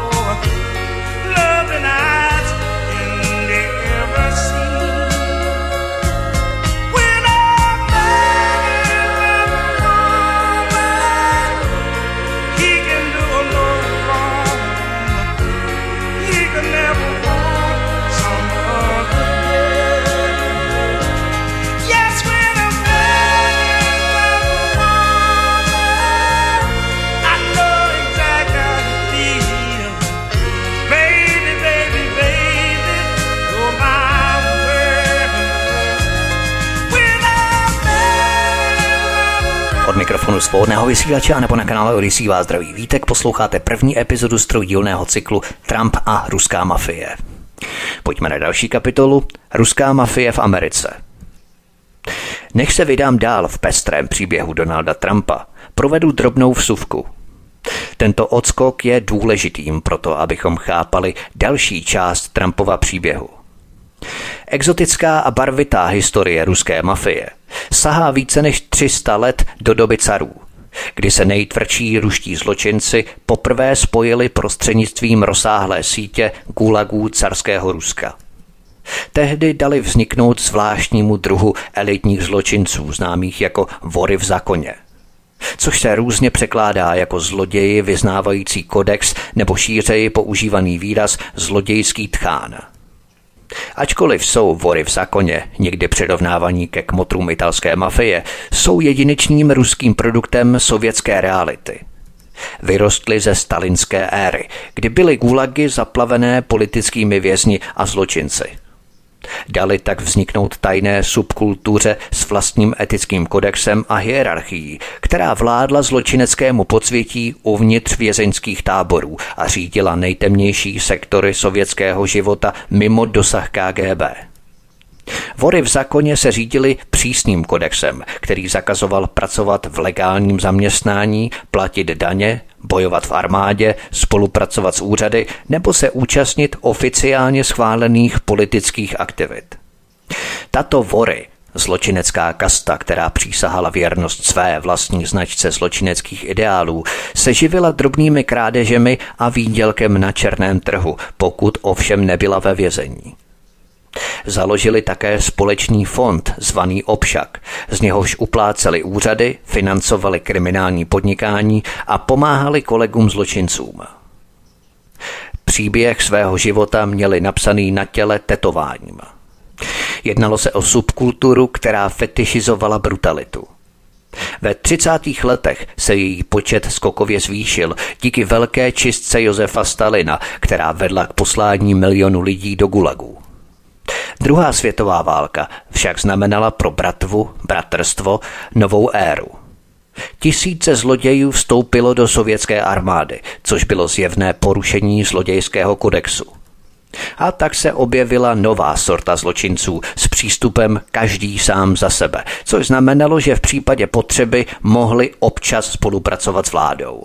Loving eyes in ever seen. When I'm begging of a woman, he can do no wrong. He could never want some other girl. Yes, when I'm begging of a woman, I know exactly how you feel. Baby, baby, baby, you're my world. When I'm begging of a Od mikrofonu svobodného vysílače a nebo na kanále Odyssey vás zdraví Vítek, posloucháte první epizodu z troudílného cyklu Trump a ruská mafie. Pojďme na další kapitolu Ruská mafie v Americe. Než se vydám dál v pestrém příběhu Donalda Trumpa, provedu drobnou vsuvku. Tento odskok je důležitým proto, abychom chápali další část Trumpova příběhu. Exotická a barvitá historie ruské mafie sahá více než 300 let do doby carů, kdy se nejtvrdší ruští zločinci poprvé spojili prostřednictvím rozsáhlé sítě gulagů carského Ruska. Tehdy dali vzniknout zvláštnímu druhu elitních zločinců známých jako vory v zákoně, což se různě překládá jako zloději vyznávající kodex nebo šířeji používaný výraz zlodějský tchán. Ačkoliv jsou vory v zákoně někdy přirovnávaní ke kmotrům italské mafie, jsou jedinečným ruským produktem sovětské reality. Vyrostly ze stalinské éry, kdy byly gulagy zaplavené politickými vězni a zločinci. Dali tak vzniknout tajné subkultuře s vlastním etickým kodexem a hierarchií, která vládla zločineckému podsvětí uvnitř vězeňských táborů a řídila nejtemnější sektory sovětského života mimo dosah KGB. Vory v zákoně se řídili přísným kodexem, který zakazoval pracovat v legálním zaměstnání, platit daně, bojovat v armádě, spolupracovat s úřady nebo se účastnit oficiálně schválených politických aktivit. Tato vory, zločinecká kasta, která přísahala věrnost své vlastní značce zločineckých ideálů, se živila drobnými krádežemi a výdělkem na černém trhu, pokud ovšem nebyla ve vězení. Založili také společný fond zvaný Obšak, z něhož upláceli úřady, financovali kriminální podnikání a pomáhali kolegům zločincům. příběh svého života měli napsaný na těle tetováním. Jednalo se o subkulturu, která fetišizovala brutalitu. Ve 30. letech se její počet skokově zvýšil díky velké čistce Josefa Stalina, která vedla k poslání milionů lidí do gulagů. Druhá světová válka však znamenala pro bratrstvo novou éru. Tisíce zlodějů vstoupilo do sovětské armády, což bylo zjevné porušení zlodějského kodexu. A tak se objevila nová sorta zločinců s přístupem každý sám za sebe, což znamenalo, že v případě potřeby mohli občas spolupracovat s vládou.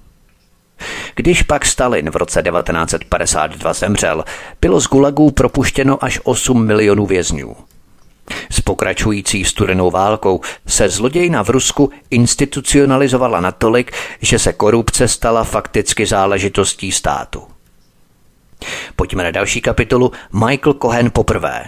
Když pak Stalin v roce 1952 zemřel, bylo z gulagů propuštěno až 8 milionů vězňů. S pokračující studenou válkou se zlodějna v Rusku institucionalizovala natolik, že se korupce stala fakticky záležitostí státu. Pojďme na další kapitolu. Michael Cohen poprvé.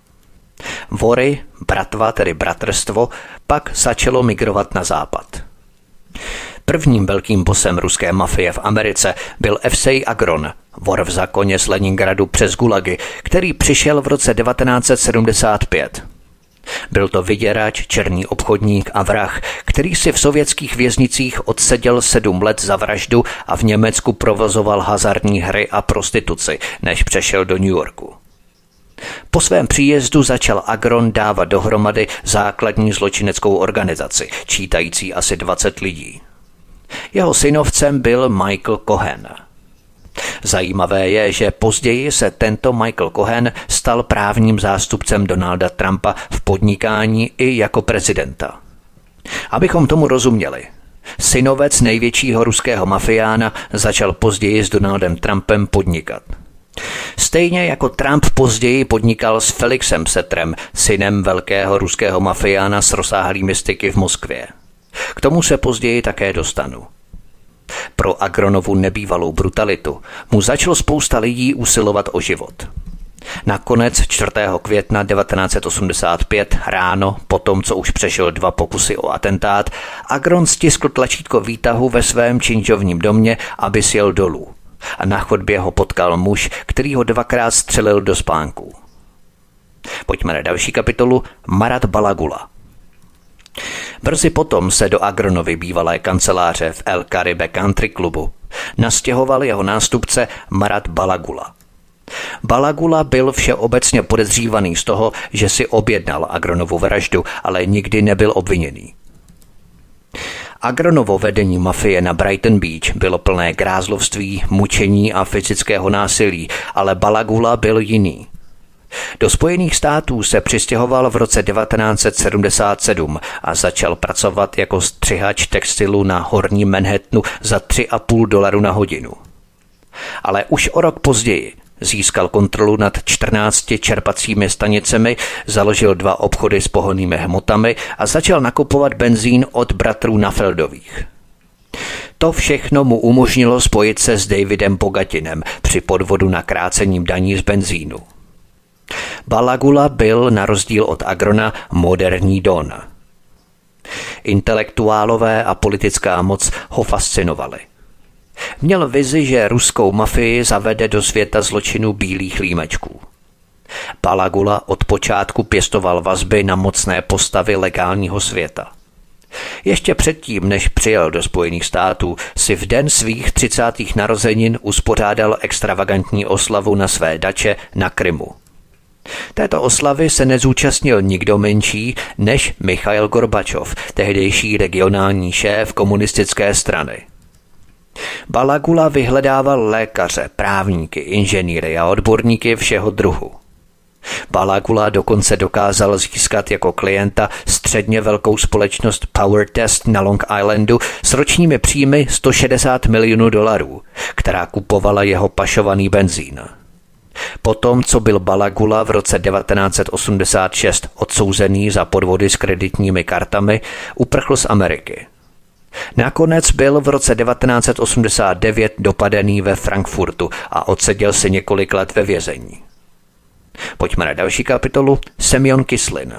Vory, bratva, tedy bratrstvo, pak začalo migrovat na západ. Prvním velkým bosem ruské mafie v Americe byl Evsej Agron, vor v zákoně z Leningradu přes gulagy, který přišel v roce 1975. Byl to vyděrač, černý obchodník a vrah, který si v sovětských věznicích odseděl 7 let za vraždu a v Německu provozoval hazardní hry a prostituci, než přešel do New Yorku. Po svém příjezdu začal Agron dávat dohromady základní zločineckou organizaci, čítající asi 20 lidí. Jeho synovcem byl Michael Cohen. Zajímavé je, že později se tento Michael Cohen stal právním zástupcem Donalda Trumpa v podnikání i jako prezidenta. Abychom tomu rozuměli, synovec největšího ruského mafiána začal později s Donaldem Trumpem podnikat. Stejně jako Trump později podnikal s Felixem Setrem, synem velkého ruského mafiána s rozsáhlými styky v Moskvě. K tomu se později také dostanu. Pro Agronovu nebývalou brutalitu mu začalo spousta lidí usilovat o život. Nakonec 4. května 1985 ráno, po tom, co už přešel 2 pokusy o atentát, Agron stiskl tlačítko výtahu ve svém činžovním domě, aby sjel dolů. A na chodbě ho potkal muž, který ho 2krát střelil do spánku. Pojďme na další kapitolu. Marat Balagula. Brzy potom se do Agronovy bývalé kanceláře v El Caribe Country Clubu nastěhoval jeho nástupce Marat Balagula. Balagula byl všeobecně podezřívaný z toho, že si objednal Agronovu vraždu, ale nikdy nebyl obviněný. Agronovo vedení mafie na Brighton Beach bylo plné grázlovství, mučení a fyzického násilí, ale Balagula byl jiný. Do Spojených států se přistěhoval v roce 1977 a začal pracovat jako střihač textilu na horním Manhattanu za $3,5 na hodinu. Ale už o rok později získal kontrolu nad 14 čerpacími stanicemi, založil 2 obchody s pohonnými hmotami a začal nakupovat benzín od bratrů Nafeldových. To všechno mu umožnilo spojit se s Davidem Bogatinem při podvodu na krácením daní z benzínu. Balagula byl na rozdíl od Agrona moderní don. Intelektuálové a politická moc ho fascinovali. Měl vizi, že ruskou mafii zavede do světa zločinu bílých límečků. Balagula od počátku pěstoval vazby na mocné postavy legálního světa. Ještě předtím, než přijel do Spojených států, si v den svých 30. narozenin uspořádal extravagantní oslavu na své dače na Krymu. Této oslavy se nezúčastnil nikdo menší než Michail Gorbačov, tehdejší regionální šéf komunistické strany. Balagula vyhledával lékaře, právníky, inženýry a odborníky všeho druhu. Balagula dokonce dokázal získat jako klienta středně velkou společnost Power Test na Long Islandu s ročními příjmy $160 milionů, která kupovala jeho pašovaný benzín. Potom, co byl Balagula v roce 1986 odsouzený za podvody s kreditními kartami, uprchl z Ameriky. Nakonec byl v roce 1989 dopadený ve Frankfurtu a odseděl si několik let ve vězení. Pojďme na další kapitolu. Semjon Kislin.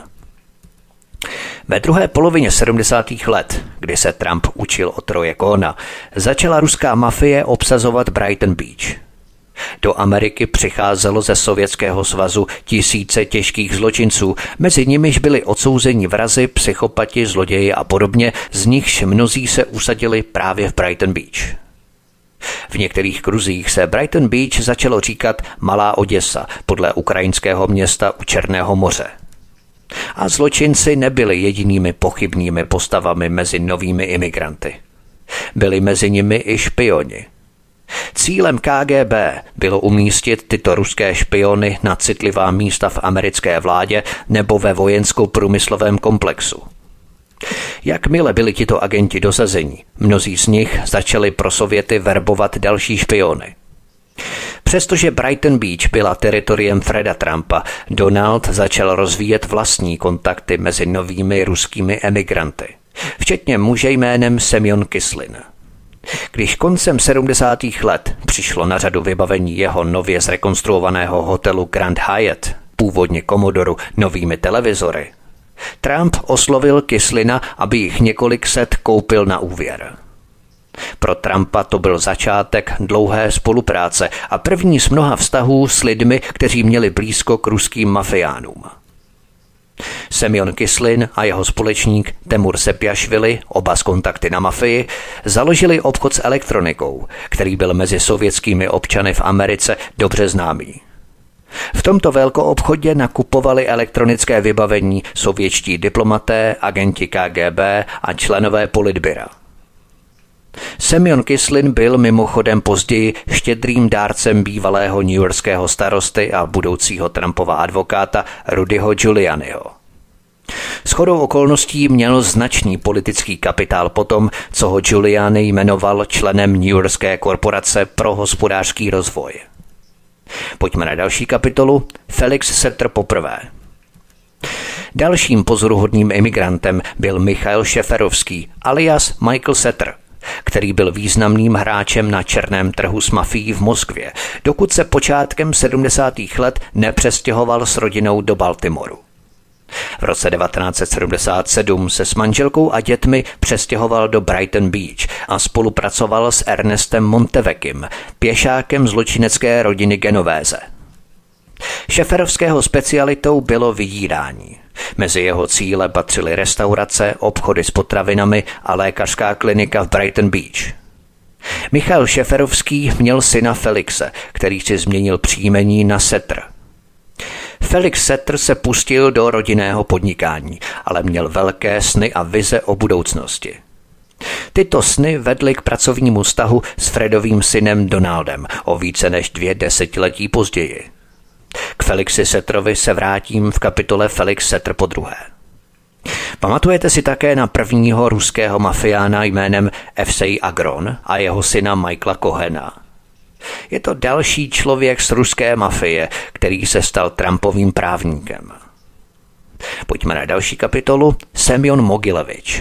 Ve druhé polovině 70. let, kdy se Trump učil od Troje Kohna, začala ruská mafie obsazovat Brighton Beach. Do Ameriky přicházelo ze Sovětského svazu tisíce těžkých zločinců, mezi nimiž byli odsouzeni vrazi, psychopati, zloději a podobně, z nichž mnozí se usadili právě v Brighton Beach. V některých kruzích se Brighton Beach začalo říkat Malá Oděsa podle ukrajinského města u Černého moře. A zločinci nebyli jedinými pochybnými postavami mezi novými imigranty. Byli mezi nimi i špioni. Cílem KGB bylo umístit tyto ruské špiony na citlivá místa v americké vládě nebo ve vojensko-průmyslovém komplexu. Jakmile byli tito agenti dosazeni, mnozí z nich začali pro Sověty verbovat další špiony. Přestože Brighton Beach byla teritoriem Freda Trumpa, Donald začal rozvíjet vlastní kontakty mezi novými ruskými emigranty, včetně muže jménem Semjon Kislin. Když koncem 70. let přišlo na řadu vybavení jeho nově zrekonstruovaného hotelu Grand Hyatt, původně Commodoru, novými televizory, Trump oslovil Kislina, aby jich několik set koupil na úvěr. Pro Trumpa to byl začátek dlouhé spolupráce a první z mnoha vztahů s lidmi, kteří měli blízko k ruským mafiánům. Semjon Kislin a jeho společník Temur Sepjašvili, oba s kontakty na mafii, založili obchod s elektronikou, který byl mezi sovětskými občany v Americe dobře známý. V tomto velkoobchodě nakupovali elektronické vybavení sovětští diplomaté, agenti KGB a členové politbyra. Semjon Kislin byl mimochodem později štědrým dárcem bývalého newyorského starosty a budoucího Trumpova advokáta Rudyho Giulianiho. Shodou okolností měl značný politický kapitál potom, co ho Giuliani jmenoval členem newyorské korporace pro hospodářský rozvoj. Pojďme na další kapitolu. Felix Setter poprvé. Dalším pozoruhodným imigrantem byl Michail Šeferovský, alias Michael Setter, který byl významným hráčem na černém trhu s mafií v Moskvě, dokud se počátkem 70. let nepřestěhoval s rodinou do Baltimoru. V roce 1977 se s manželkou a dětmi přestěhoval do Brighton Beach a spolupracoval s Ernestem Montevecchim, pěšákem zločinecké rodiny Genovéze. Šeferovského specialitou bylo vydírání. Mezi jeho cíle patřily restaurace, obchody s potravinami a lékařská klinika v Brighton Beach. Michail Šeferovský měl syna Felixe, který si změnil příjmení na Setter. Felix Setter se pustil do rodinného podnikání, ale měl velké sny a vize o budoucnosti. Tyto sny vedly k pracovnímu vztahu s Fredovým synem Donaldem o více než 2 desetiletí později. K Felixi Setterovi se vrátím v kapitole Felix Setter podruhé. Pamatujete si také na prvního ruského mafiána jménem Evsej Agron a jeho syna Michaela Cohena? Je to další člověk z ruské mafie, který se stal Trumpovým právníkem. Pojďme na další kapitolu. Semjon Mogilevič.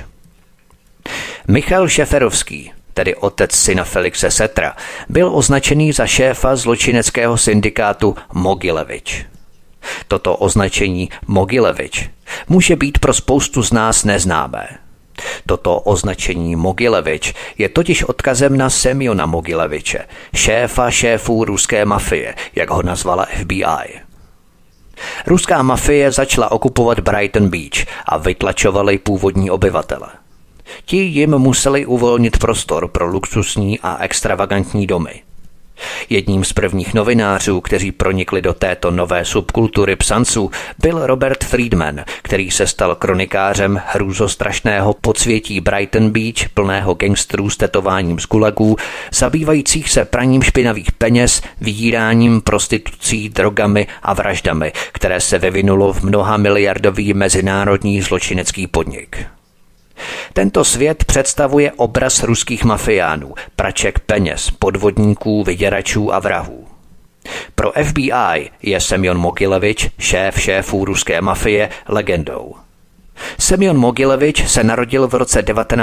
Michail Šeferovský, tedy otec syna Felixe Settera, byl označený za šéfa zločineckého syndikátu Mogilevič. Toto označení Mogilevič může být pro spoustu z nás neznámé. Toto označení Mogilevič je totiž odkazem na Semjona Mogileviče, šéfa šéfů ruské mafie, jak ho nazvala FBI. Ruská mafie začala okupovat Brighton Beach a vytlačovali původní obyvatele. Ti jim museli uvolnit prostor pro luxusní a extravagantní domy. Jedním z prvních novinářů, kteří pronikli do této nové subkultury psanců, byl Robert Friedman, který se stal kronikářem hrůzostrašného podsvětí Brighton Beach, plného gangsterů s tetováním z gulagů, zabývajících se praním špinavých peněz, vydíráním, prostitucí, drogami a vraždami, které se vyvinulo v mnohamiliardový mezinárodní zločinecký podnik. Tento svět představuje obraz ruských mafiánů, praček peněz, podvodníků, vyděračů a vrahů. Pro FBI je Semjon Mogilevič, šéf šéfů ruské mafie, legendou. Semjon Mogilevič se narodil v roce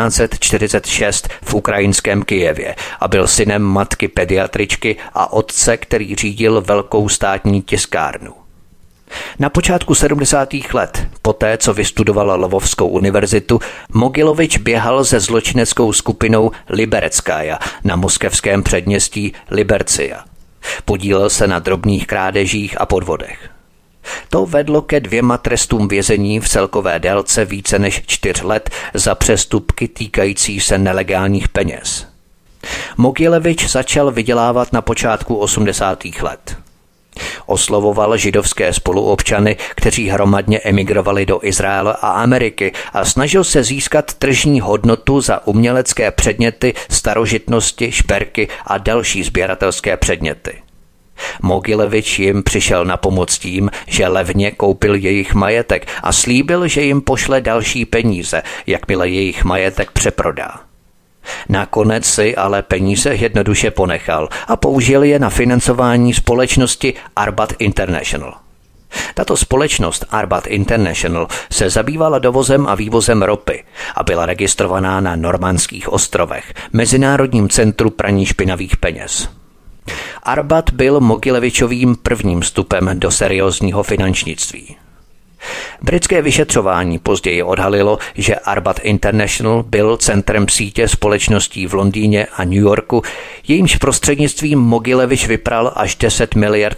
1946 v ukrajinském Kyjevě a byl synem matky pediatričky a otce, který řídil velkou státní tiskárnu. Na počátku 70. let, poté co vystudoval Lvovskou univerzitu, Mogilevič běhal se zločineckou skupinou Libereckaja na moskevském předměstí Libercia. Podílel se na drobných krádežích a podvodech. To vedlo ke 2 trestům vězení v celkové délce více než 4 let za přestupky týkající se nelegálních peněz. Mogilevič začal vydělávat na počátku 80. let. Oslovoval židovské spoluobčany, kteří hromadně emigrovali do Izraele a Ameriky a snažil se získat tržní hodnotu za umělecké předměty, starožitnosti, šperky a další sběratelské předměty. Mogilevič jim přišel na pomoc tím, že levně koupil jejich majetek a slíbil, že jim pošle další peníze, jakmile jejich majetek přeprodá. Nakonec si ale peníze jednoduše ponechal a použil je na financování společnosti Arbat International. Tato společnost Arbat International se zabývala dovozem a vývozem ropy a byla registrovaná na Normandských ostrovech, mezinárodním centru praní špinavých peněz. Arbat byl Mogilevičovým prvním vstupem do seriózního finančnictví. Britské vyšetřování později odhalilo, že Arbat International byl centrem sítě společností v Londýně a New Yorku, jejímž prostřednictvím Mogilevič vypral až $10 miliard.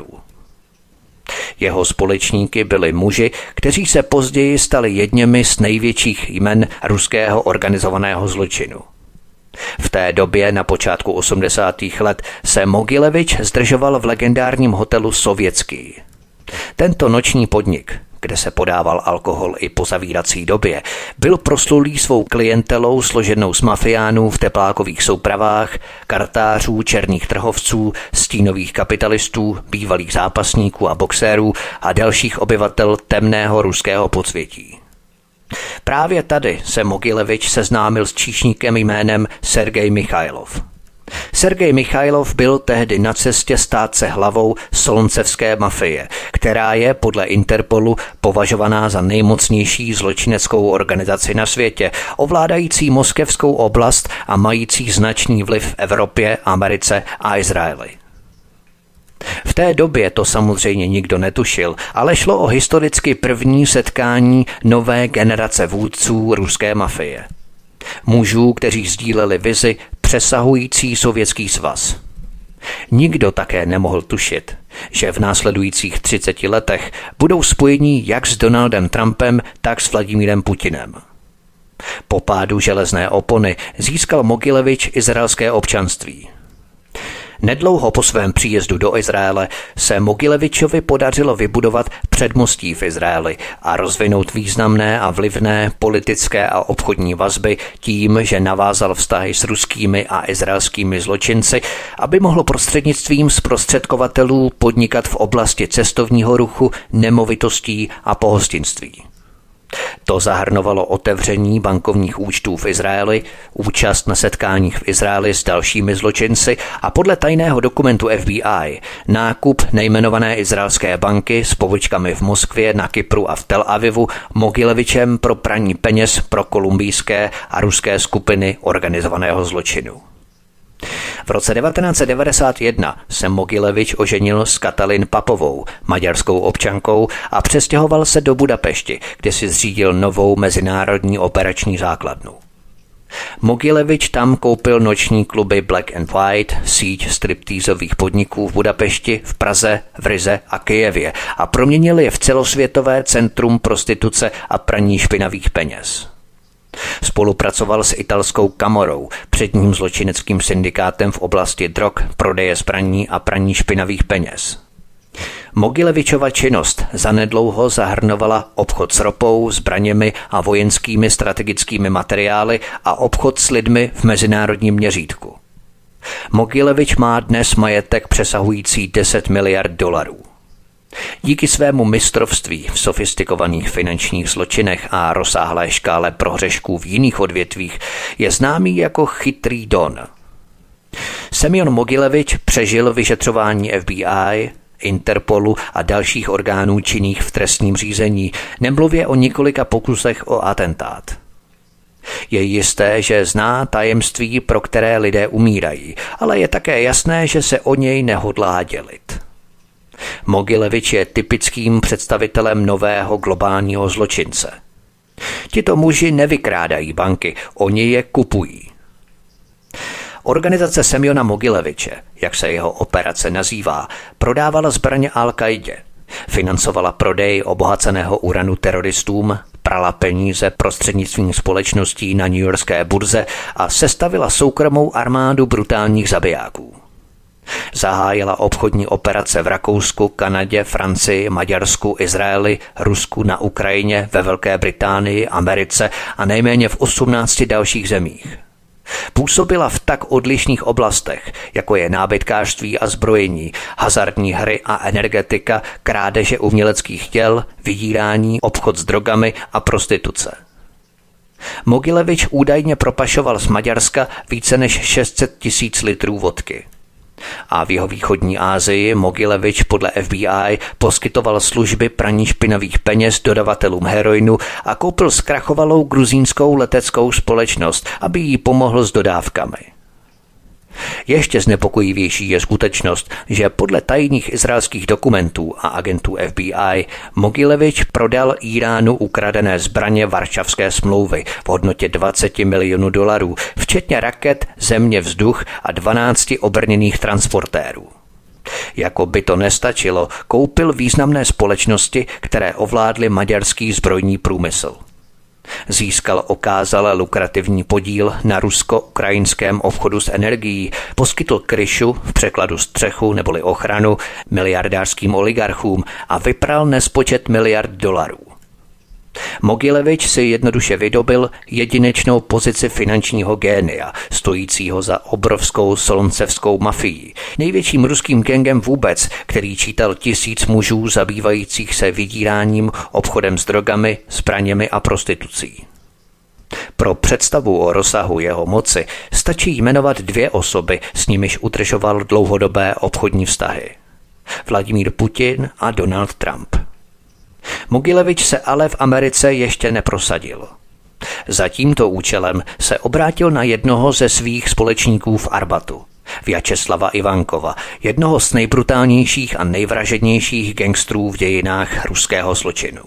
Jeho společníky byli muži, kteří se později stali jedněmi z největších jmen ruského organizovaného zločinu. V té době na počátku 80. let se Mogilevič zdržoval v legendárním hotelu Sovětský. Tento noční podnik, kde se podával alkohol i po zavírací době, byl proslulý svou klientelou složenou z mafiánů v teplákových soupravách, kartářů, černých trhovců, stínových kapitalistů, bývalých zápasníků a boxérů a dalších obyvatel temného ruského podsvětí. Právě tady se Mogilevič seznámil s číšníkem jménem Sergej Michailov. Sergej Michailov byl tehdy na cestě stát se hlavou soloncevské mafie, která je podle Interpolu považovaná za nejmocnější zločineckou organizaci na světě, ovládající moskevskou oblast a mající značný vliv v Evropě, Americe a Izraeli. V té době to samozřejmě nikdo netušil, ale šlo o historicky první setkání nové generace vůdců ruské mafie. Mužů, kteří sdíleli vizi přesahující Sovětský svaz. Nikdo také nemohl tušit, že v následujících 30 letech budou spojení jak s Donaldem Trumpem, tak s Vladimírem Putinem. Po pádu železné opony získal Mogilevič izraelské občanství. Nedlouho po svém příjezdu do Izraele se Mogilevičovi podařilo vybudovat předmostí v Izraeli a rozvinout významné a vlivné politické a obchodní vazby tím, že navázal vztahy s ruskými a izraelskými zločinci, aby mohl prostřednictvím zprostředkovatelů podnikat v oblasti cestovního ruchu, nemovitostí a pohostinství. To zahrnovalo otevření bankovních účtů v Izraeli, účast na setkáních v Izraeli s dalšími zločinci a podle tajného dokumentu FBI nákup nejmenované izraelské banky s pobočkami v Moskvě, na Kypru a v Tel Avivu Mogilevičem pro praní peněz pro kolumbijské a ruské skupiny organizovaného zločinu. V roce 1991 se Mogilevič oženil s Katalin Papovou, maďarskou občankou, a přestěhoval se do Budapešti, kde si zřídil novou mezinárodní operační základnu. Mogilevič tam koupil noční kluby Black and White, síť striptýzových podniků v Budapešti, v Praze, v Rize a Kyjevě a proměnil je v celosvětové centrum prostituce a praní špinavých peněz. Spolupracoval s italskou Camorrou, předním zločineckým syndikátem v oblasti drog, prodeje zbraní a praní špinavých peněz. Mogilevičova činnost zanedlouho zahrnovala obchod s ropou, zbraněmi a vojenskými strategickými materiály a obchod s lidmi v mezinárodním měřítku. Mogilevič má dnes majetek přesahující $10 miliard. Díky svému mistrovství v sofistikovaných finančních zločinech a rozsáhlé škále prohřešků v jiných odvětvích je známý jako chytrý Don. Semjon Mogilevič přežil vyšetřování FBI, Interpolu a dalších orgánů činných v trestním řízení, nemluvě o několika pokusech o atentát. Je jisté, že zná tajemství, pro které lidé umírají, ale je také jasné, že se o něj nehodlá dělit. Mogilevič je typickým představitelem nového globálního zločince. Tito muži nevykrádají banky, oni je kupují. Organizace Semjona Mogileviče, jak se jeho operace nazývá, prodávala zbraně Al-Kaidě, financovala prodej obohaceného uranu teroristům, prala peníze prostřednictvím společností na newyorské burze a sestavila soukromou armádu brutálních zabijáků. Zahájila obchodní operace v Rakousku, Kanadě, Francii, Maďarsku, Izraeli, Rusku, na Ukrajině, ve Velké Británii, Americe a nejméně v 18 dalších zemích. Působila v tak odlišných oblastech, jako je nábytkářství a zbrojení, hazardní hry a energetika, krádeže uměleckých těl, vydírání, obchod s drogami a prostituce. Mogilevič údajně propašoval z Maďarska více než 600 000 litrů vodky. A v jihovýchodní Asii Mogilevič podle FBI poskytoval služby praní špinavých peněz dodavatelům heroinu a koupil zkrachovalou gruzínskou leteckou společnost, aby jí pomohl s dodávkami. Ještě znepokojivější je skutečnost, že podle tajných izraelských dokumentů a agentů FBI Mogilevič prodal Íránu ukradené zbraně Varšavské smlouvy v hodnotě $20 milionů, včetně raket, země, vzduch a 12 obrněných transportérů. Jako by to nestačilo, koupil významné společnosti, které ovládly maďarský zbrojní průmysl. Získal okázale lukrativní podíl na rusko-ukrajinském obchodu s energií, poskytl kryšu, v překladu střechu neboli ochranu, miliardářským oligarchům a vypral nespočet miliard dolarů. Mogilevič si jednoduše vydobil jedinečnou pozici finančního génia, stojícího za obrovskou soloncevskou mafií, největším ruským gangem vůbec, který čítal 1000 mužů zabývajících se vydíráním, obchodem s drogami, zbraněmi a prostitucí. Pro představu o rozsahu jeho moci stačí jmenovat 2 osoby, s nimiž udržoval dlouhodobé obchodní vztahy. Vladimír Putin a Donald Trump. Mogilevič se ale v Americe ještě neprosadil. Za tímto účelem se obrátil na jednoho ze svých společníků v Arbatu, Vjačeslava Ivankova, jednoho z nejbrutálnějších a nejvražednějších gangstrů v dějinách ruského zločinu.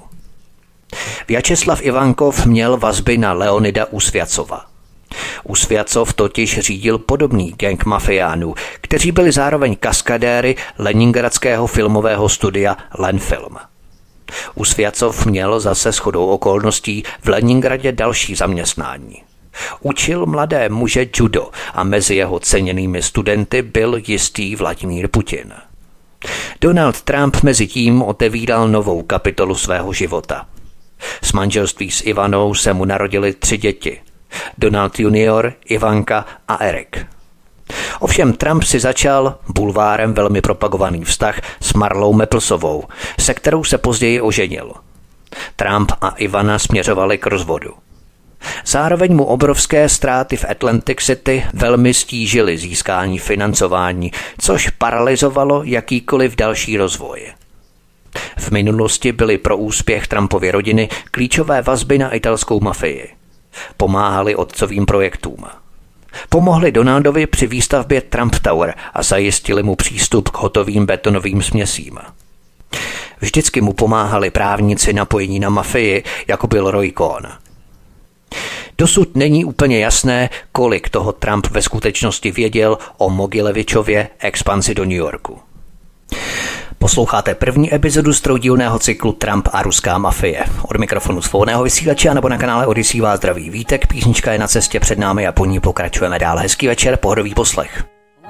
Vjačeslav Ivankov měl vazby na Leonida Usvjacova. Usvjacov totiž řídil podobný gang mafiánů, kteří byli zároveň kaskadéry leningradského filmového studia Lenfilm. Usvjacov měl zase shodou okolností v Leningradě další zaměstnání. Učil mladé muže judo a mezi jeho ceněnými studenty byl jistý Vladimír Putin. Donald Trump mezi tím otevíral novou kapitolu svého života. Z manželství s Ivanou se mu narodily 3 děti. Donald Junior, Ivanka a Erik. Ovšem Trump si začal bulvárem velmi propagovaný vztah s Marlou Mapplesovou, se kterou se později oženil. Trump a Ivana směřovali k rozvodu. Zároveň mu obrovské ztráty v Atlantic City velmi stížily získání financování, což paralyzovalo jakýkoliv další rozvoj. V minulosti byly pro úspěch Trumpovy rodiny klíčové vazby na italskou mafii. Pomáhali otcovým projektům. Pomohli Donaldovi při výstavbě Trump Tower a zajistili mu přístup k hotovým betonovým směsím. Vždycky mu pomáhali právníci napojení na mafii, jako byl Roy Cohn. Dosud není úplně jasné, kolik toho Trump ve skutečnosti věděl o Mogilevičově expanzi do New Yorku. Posloucháte první epizodu z troudílného cyklu Trump a ruská mafie. Od mikrofonu svobodného vysílače nebo na kanále Odyssey vás zdraví Vítek, písnička je na cestě před námi a po ní pokračujeme dál. Hezký večer, pohodový poslech.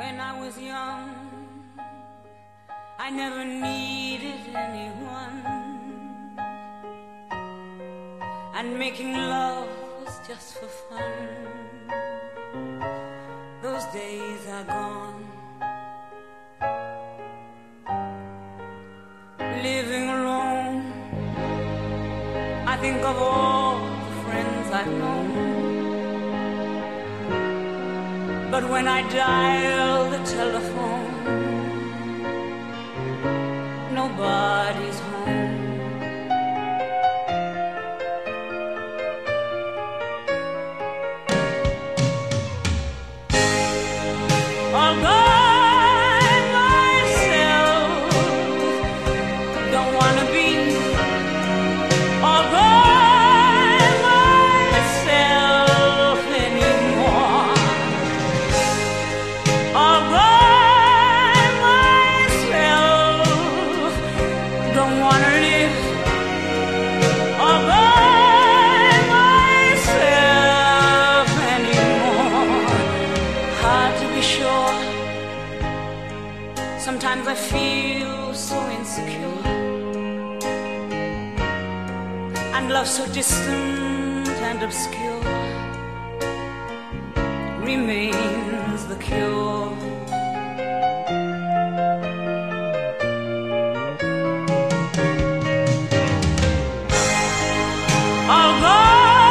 Living alone, I think of all the friends I've known. But when I dial the telephone, nobody's home. Although sure. Sometimes I feel so insecure, and love so distant and obscure remains the cure. I'll go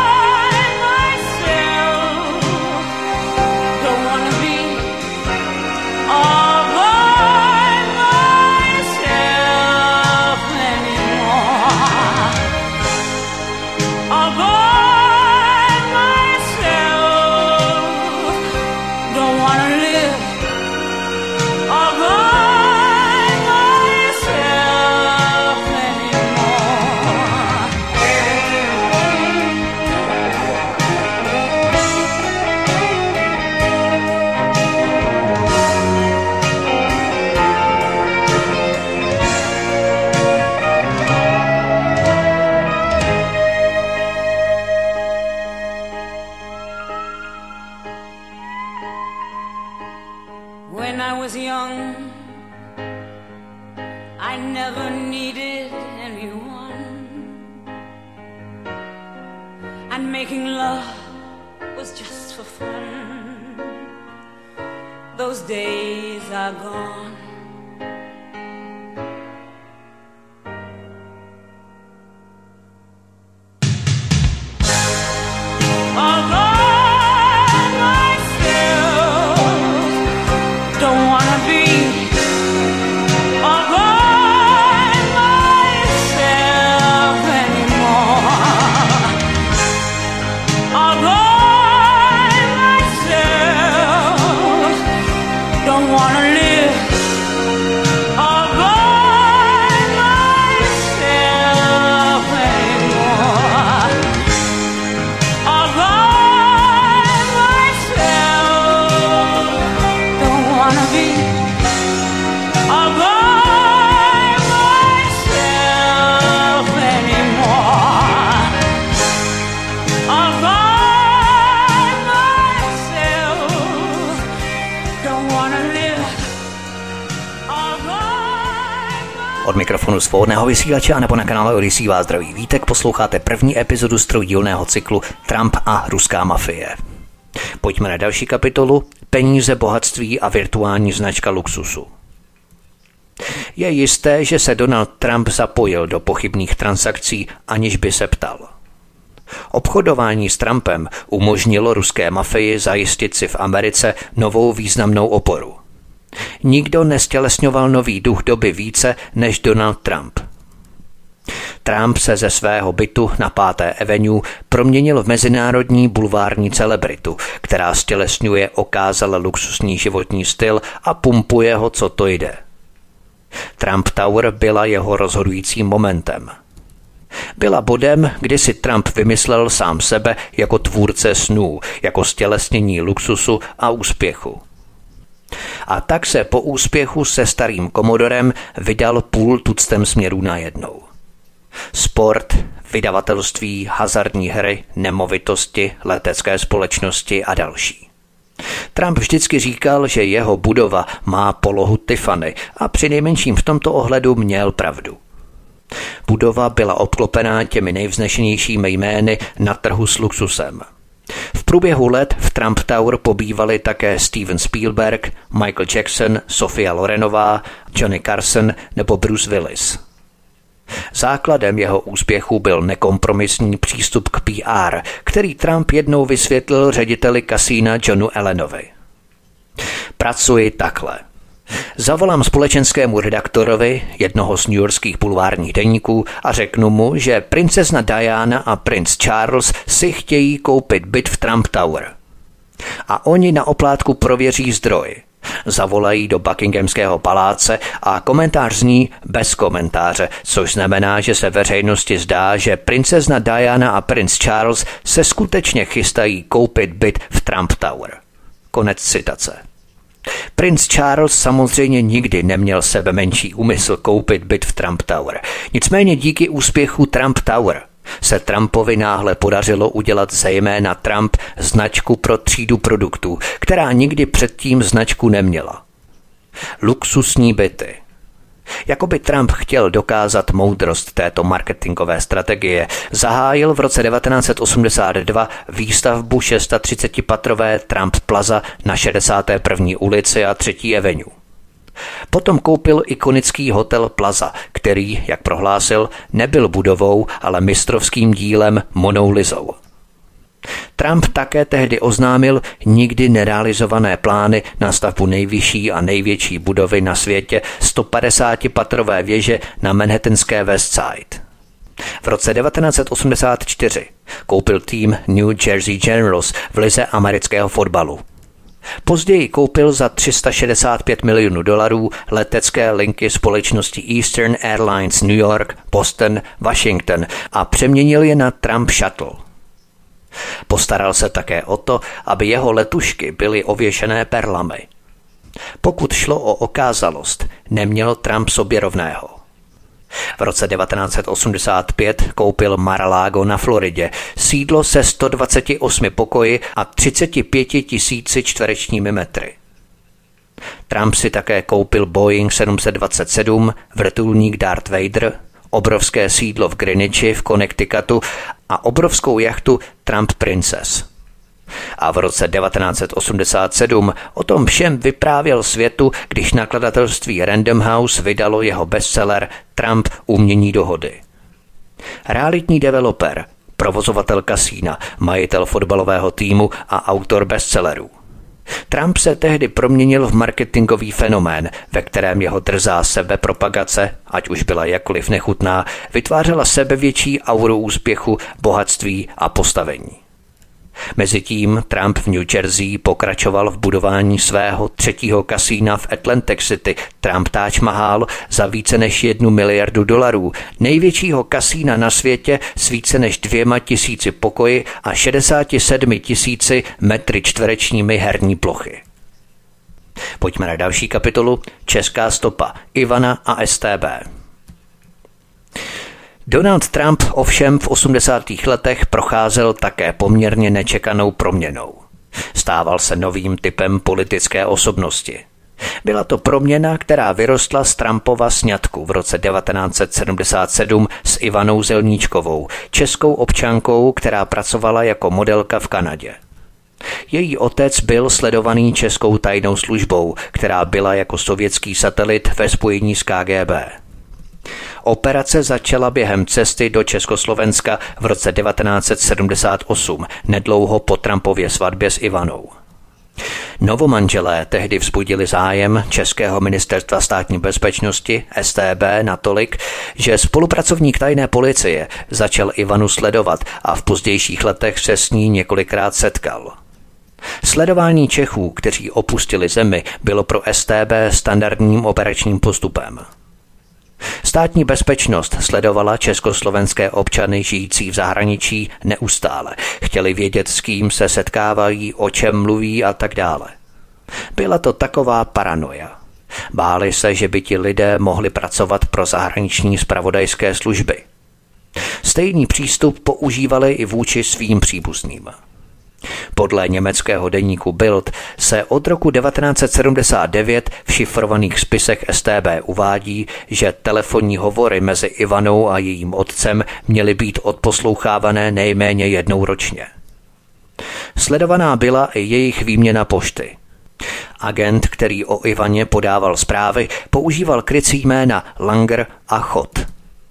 Od mikrofonu svobodného vysílače a nebo na kanále Odyssey vás zdraví Vítek, posloucháte první epizodu z trojdílného cyklu Trump a ruská mafie. Pojďme na další kapitolu Peníze, bohatství a virtuální značka luxusu. Je jisté, že se Donald Trump zapojil do pochybných transakcí, aniž by se ptal. Obchodování s Trumpem umožnilo ruské mafii zajistit si v Americe novou významnou oporu. Nikdo nestělesňoval nový duch doby více než Donald Trump. Trump se ze svého bytu na 5. Avenue proměnil v mezinárodní bulvární celebritu, která stělesňuje okázale luxusní životní styl a pumpuje ho, co to jde. Trump Tower byla jeho rozhodujícím momentem. Byla bodem, kdy si Trump vymyslel sám sebe jako tvůrce snů, jako stělesnění luxusu a úspěchu. A tak se po úspěchu se starým komodorem vydal půl tuctem směrů najednou. Sport, vydavatelství, hazardní hry, nemovitosti, letecké společnosti a další. Trump vždycky říkal, že jeho budova má polohu Tiffany a přinejmenším v tomto ohledu měl pravdu. Budova byla obklopená těmi nejvznešenějšími jmény na trhu s luxusem. V průběhu let v Trump Tower pobývali také Steven Spielberg, Michael Jackson, Sofia Lorenová, Johnny Carson nebo Bruce Willis. Základem jeho úspěchu byl nekompromisní přístup k PR, který Trump jednou vysvětlil řediteli kasína Johnu Allenovi. Pracuji takhle. Zavolám společenskému redaktorovi jednoho z newyorských bulvárních deníků a řeknu mu, že princezna Diana a princ Charles si chtějí koupit byt v Trump Tower. A oni na oplátku prověří zdroj. Zavolají do Buckinghamského paláce a komentář zní bez komentáře, což znamená, že se veřejnosti zdá, že princezna Diana a princ Charles se skutečně chystají koupit byt v Trump Tower. Konec citace. Princ Charles samozřejmě nikdy neměl sebe menší úmysl koupit byt v Trump Tower. Nicméně díky úspěchu Trump Tower se Trumpovi náhle podařilo udělat zejména Trump značku pro třídu produktů, která nikdy předtím značku neměla. Luxusní byty. Jakoby Trump chtěl dokázat moudrost této marketingové strategie, zahájil v roce 1982 výstavbu 630-patrové Trump Plaza na 61. ulici a 3. Avenue. Potom koupil ikonický hotel Plaza, který, jak prohlásil, nebyl budovou, ale mistrovským dílem Monou Lisou. Trump také tehdy oznámil nikdy nerealizované plány na stavbu nejvyšší a největší budovy na světě 150-patrové věže na manhattanské West Side. V roce 1984 koupil tým New Jersey Generals v lize amerického fotbalu. Později koupil za $365 milionů letecké linky společnosti Eastern Airlines New York, Boston, Washington a přeměnil je na Trump Shuttle. Postaral se také o to, aby jeho letušky byly ověšené perlami. Pokud šlo o okázalost, neměl Trump sobě rovného. V roce 1985 koupil Mar-a-Lago na Floridě, sídlo se 128 pokoji a 35 000 čtverečními metry. Trump si také koupil Boeing 727, vrtulník Darth Vader, obrovské sídlo v Greenwichi v Connecticutu a obrovskou jachtu Trump Princess. A v roce 1987 o tom všem vyprávěl světu, když nakladatelství Random House vydalo jeho bestseller Trump umění dohody. Realitní developer, provozovatel kasína, majitel fotbalového týmu a autor bestsellerů. Trump se tehdy proměnil v marketingový fenomén, ve kterém jeho drzá sebepropagace, ať už byla jakkoliv nechutná, vytvářela sebevětší auru úspěchu, bohatství a postavení. Mezitím Trump v New Jersey pokračoval v budování svého 3. kasína v Atlantic City, Trump Taj Mahal, za více než $1 miliardu, největšího kasína na světě s více než 2 000 pokoji a 67 000 metry čtverečními herní plochy. Pojďme na další kapitolu, Česká stopa, Ivana a STB. Donald Trump ovšem v 80. letech procházel také poměrně nečekanou proměnou. Stával se novým typem politické osobnosti. Byla to proměna, která vyrostla z Trumpova sňatku v roce 1977 s Ivanou Zelníčkovou, českou občankou, která pracovala jako modelka v Kanadě. Její otec byl sledovaný českou tajnou službou, která byla jako sovětský satelit ve spojení s KGB. Operace začala během cesty do Československa v roce 1978, nedlouho po Trumpově svatbě s Ivanou. Novomanželé tehdy vzbudili zájem Českého ministerstva státní bezpečnosti STB natolik, že spolupracovník tajné policie začal Ivanu sledovat a v pozdějších letech se s ní několikrát setkal. Sledování Čechů, kteří opustili zemi, bylo pro STB standardním operačním postupem. Státní bezpečnost sledovala československé občany žijící v zahraničí neustále. Chtěli vědět, s kým se setkávají, o čem mluví a tak dále. Byla to taková paranoja. Báli se, že by ti lidé mohli pracovat pro zahraniční zpravodajské služby. Stejný přístup používali i vůči svým příbuzným. Podle německého deníku Bild se od roku 1979 v šifrovaných spisech STB uvádí, že telefonní hovory mezi Ivanou a jejím otcem měly být odposlouchávané nejméně jednou ročně. Sledovaná byla i jejich výměna pošty. Agent, který o Ivaně podával zprávy, používal krycí jména Langer a Chod.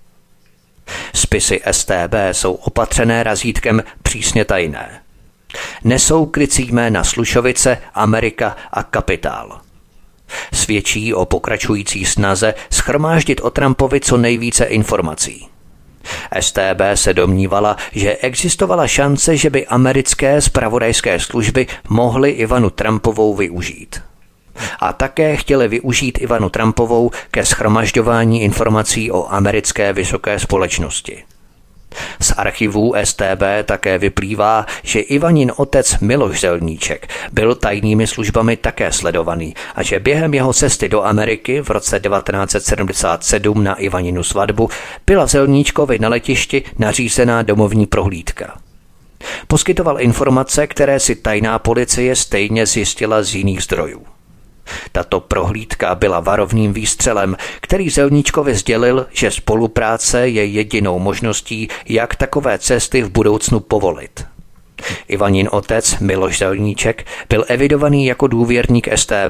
Spisy STB jsou opatřené razítkem přísně tajné. Nesou krycí jména Slušovice, Amerika a Kapitál. Svědčí o pokračující snaze shromáždit o Trumpovi co nejvíce informací. STB se domnívala, že existovala šance, že by americké zpravodajské služby mohly Ivanu Trumpovou využít. A také chtěli využít Ivanu Trumpovou ke shromažďování informací o americké vysoké společnosti. Z archivů StB také vyplývá, že Ivanin otec Miloš Zelníček byl tajnými službami také sledovaný a že během jeho cesty do Ameriky v roce 1977 na Ivaninu svatbu byla Zelníčkovi na letišti nařízená domovní prohlídka. Poskytoval informace, které si tajná policie stejně zjistila z jiných zdrojů. Tato prohlídka byla varovným výstřelem, který Zelníčkovi sdělil, že spolupráce je jedinou možností, jak takové cesty v budoucnu povolit. Ivanin otec Miloš Zelníček byl evidovaný jako důvěrník StB.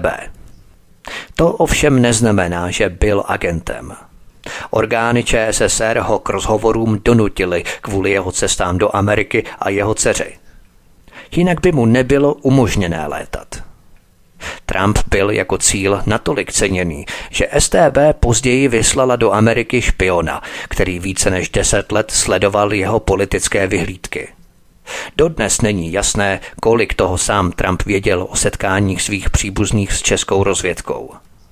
To ovšem neznamená, že byl agentem. Orgány ČSSR ho k rozhovorům donutili kvůli jeho cestám do Ameriky a jeho dceři. Jinak by mu nebylo umožněné létat. Trump byl jako cíl natolik ceněný, že StB později vyslala do Ameriky špiona, který více než 10 let sledoval jeho politické vyhlídky. Dodnes není jasné, kolik toho sám Trump věděl o setkáních svých příbuzných s českou rozvědkou.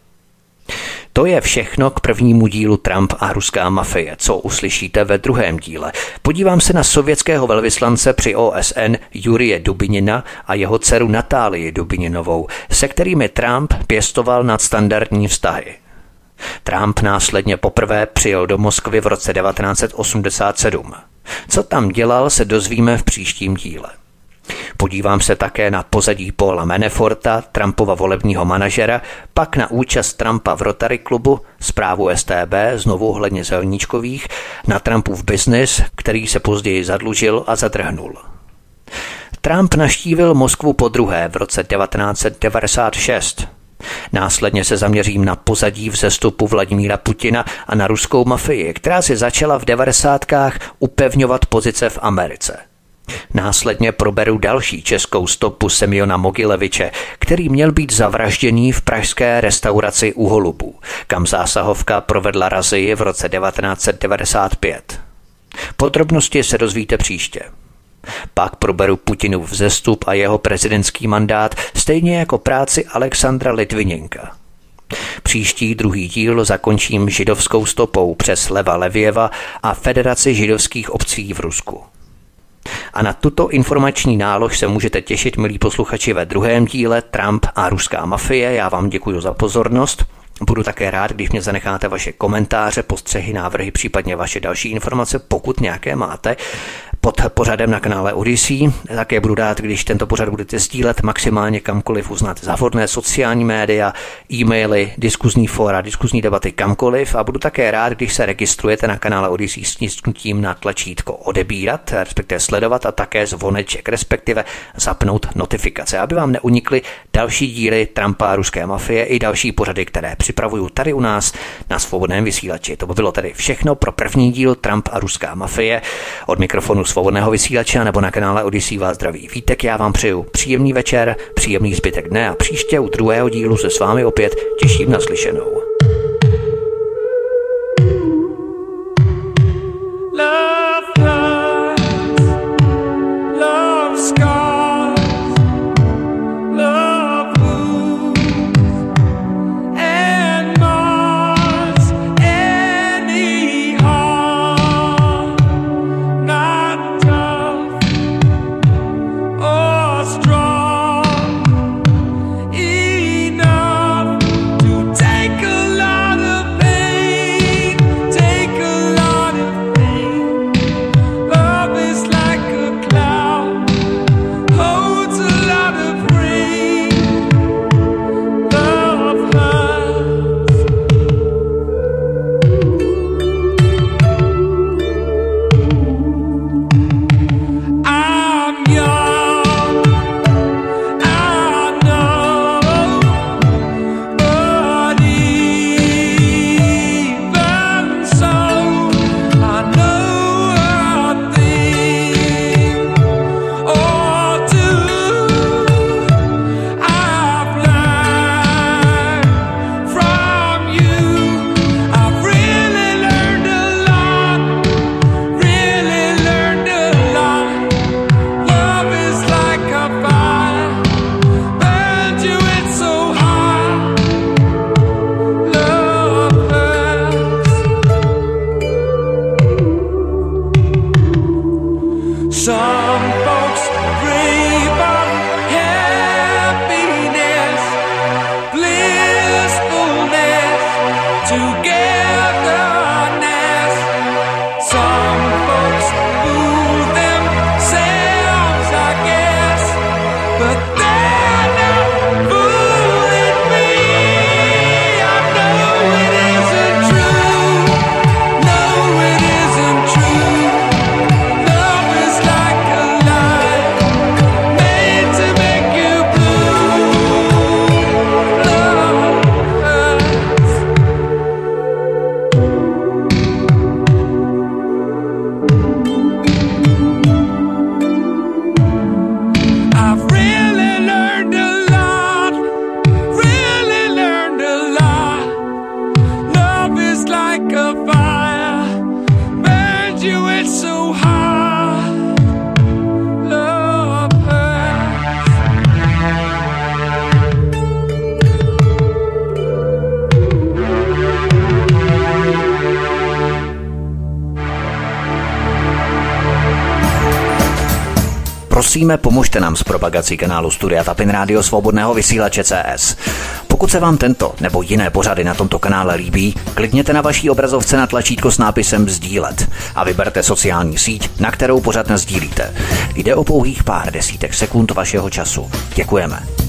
To je všechno k prvnímu dílu Trump a ruská mafie, co uslyšíte ve druhém díle. Podívám se na sovětského velvyslance při OSN Jurije Dubinina a jeho dceru Natálii Dubininovou, se kterými Trump pěstoval nadstandardní vztahy. Trump následně poprvé přijel do Moskvy v roce 1987. Co tam dělal, se dozvíme v příštím díle. Podívám se také na pozadí Paula Manaforta, Trumpova volebního manažera, pak na účast Trumpa v Rotary klubu, zprávu StB, znovu ohledně Zelníčkových, na Trumpův biznis, který se později zadlužil a zadrhnul. Trump navštívil Moskvu podruhé v roce 1996. Následně se zaměřím na pozadí vzestupu Vladimíra Putina a na ruskou mafii, která si začala v 90kách upevňovat pozice v Americe. Následně proberu další českou stopu Semjona Mogileviče, který měl být zavražděný v pražské restauraci U Holubů, kam zásahovka provedla razii v roce 1995. Podrobnosti se dozvíte příště. Pak proberu Putinův vzestup a jeho prezidentský mandát, stejně jako práci Alexandra Litviněnka. Příští druhý díl zakončím židovskou stopou přes Leva Levieva a Federaci židovských obcí v Rusku. A na tuto informační nálož se můžete těšit, milí posluchači, ve druhém díle Trump a ruská mafie. Já vám děkuji za pozornost. Budu také rád, když mě zanecháte vaše komentáře, postřehy, návrhy, případně vaše další informace, pokud nějaké máte, pod pořadem na kanále Odyssey. Také budu rád, když tento pořad budete sdílet maximálně kamkoliv uznáte za vhodné, sociální média, e-maily, diskuzní fóra, diskuzní debaty kamkoliv, a budu také rád, když se registrujete na kanále Odyssey s stisknutím na tlačítko odebírat, respektive sledovat, a také zvoneček, respektive zapnout notifikace, aby vám neunikly další díly Trumpa a ruské mafie i další pořady, které připravuju tady u nás na Svobodném vysílači. To by bylo tedy všechno pro první díl Trump a ruská mafie. Od mikrofonu Svobodného vysílače nebo na kanále Odyssey vás zdraví Vítek. Já vám přeju příjemný večer, příjemný zbytek dne a příště u druhého dílu se s vámi opět těším na slyšenou. Take togetherness. Some folks fool themselves, I guess, but they're not fooling me. I know it isn't true. No, it isn't true. Love is like a lie made to make you blue. Love hurts. I've really learned a lot. Really learned a lot. Love is like a fire, burns you, it's so hot. Love hurts. Prosíme, pomožte nám s propagací kanálu Studia Tapin Rádio Svobodného vysílače CS. Pokud se vám tento nebo jiné pořady na tomto kanále líbí, klikněte na vaší obrazovce na tlačítko s nápisem sdílet a vyberte sociální síť, na kterou pořad nasdílíte. Jde o pouhých pár desítek sekund vašeho času. Děkujeme.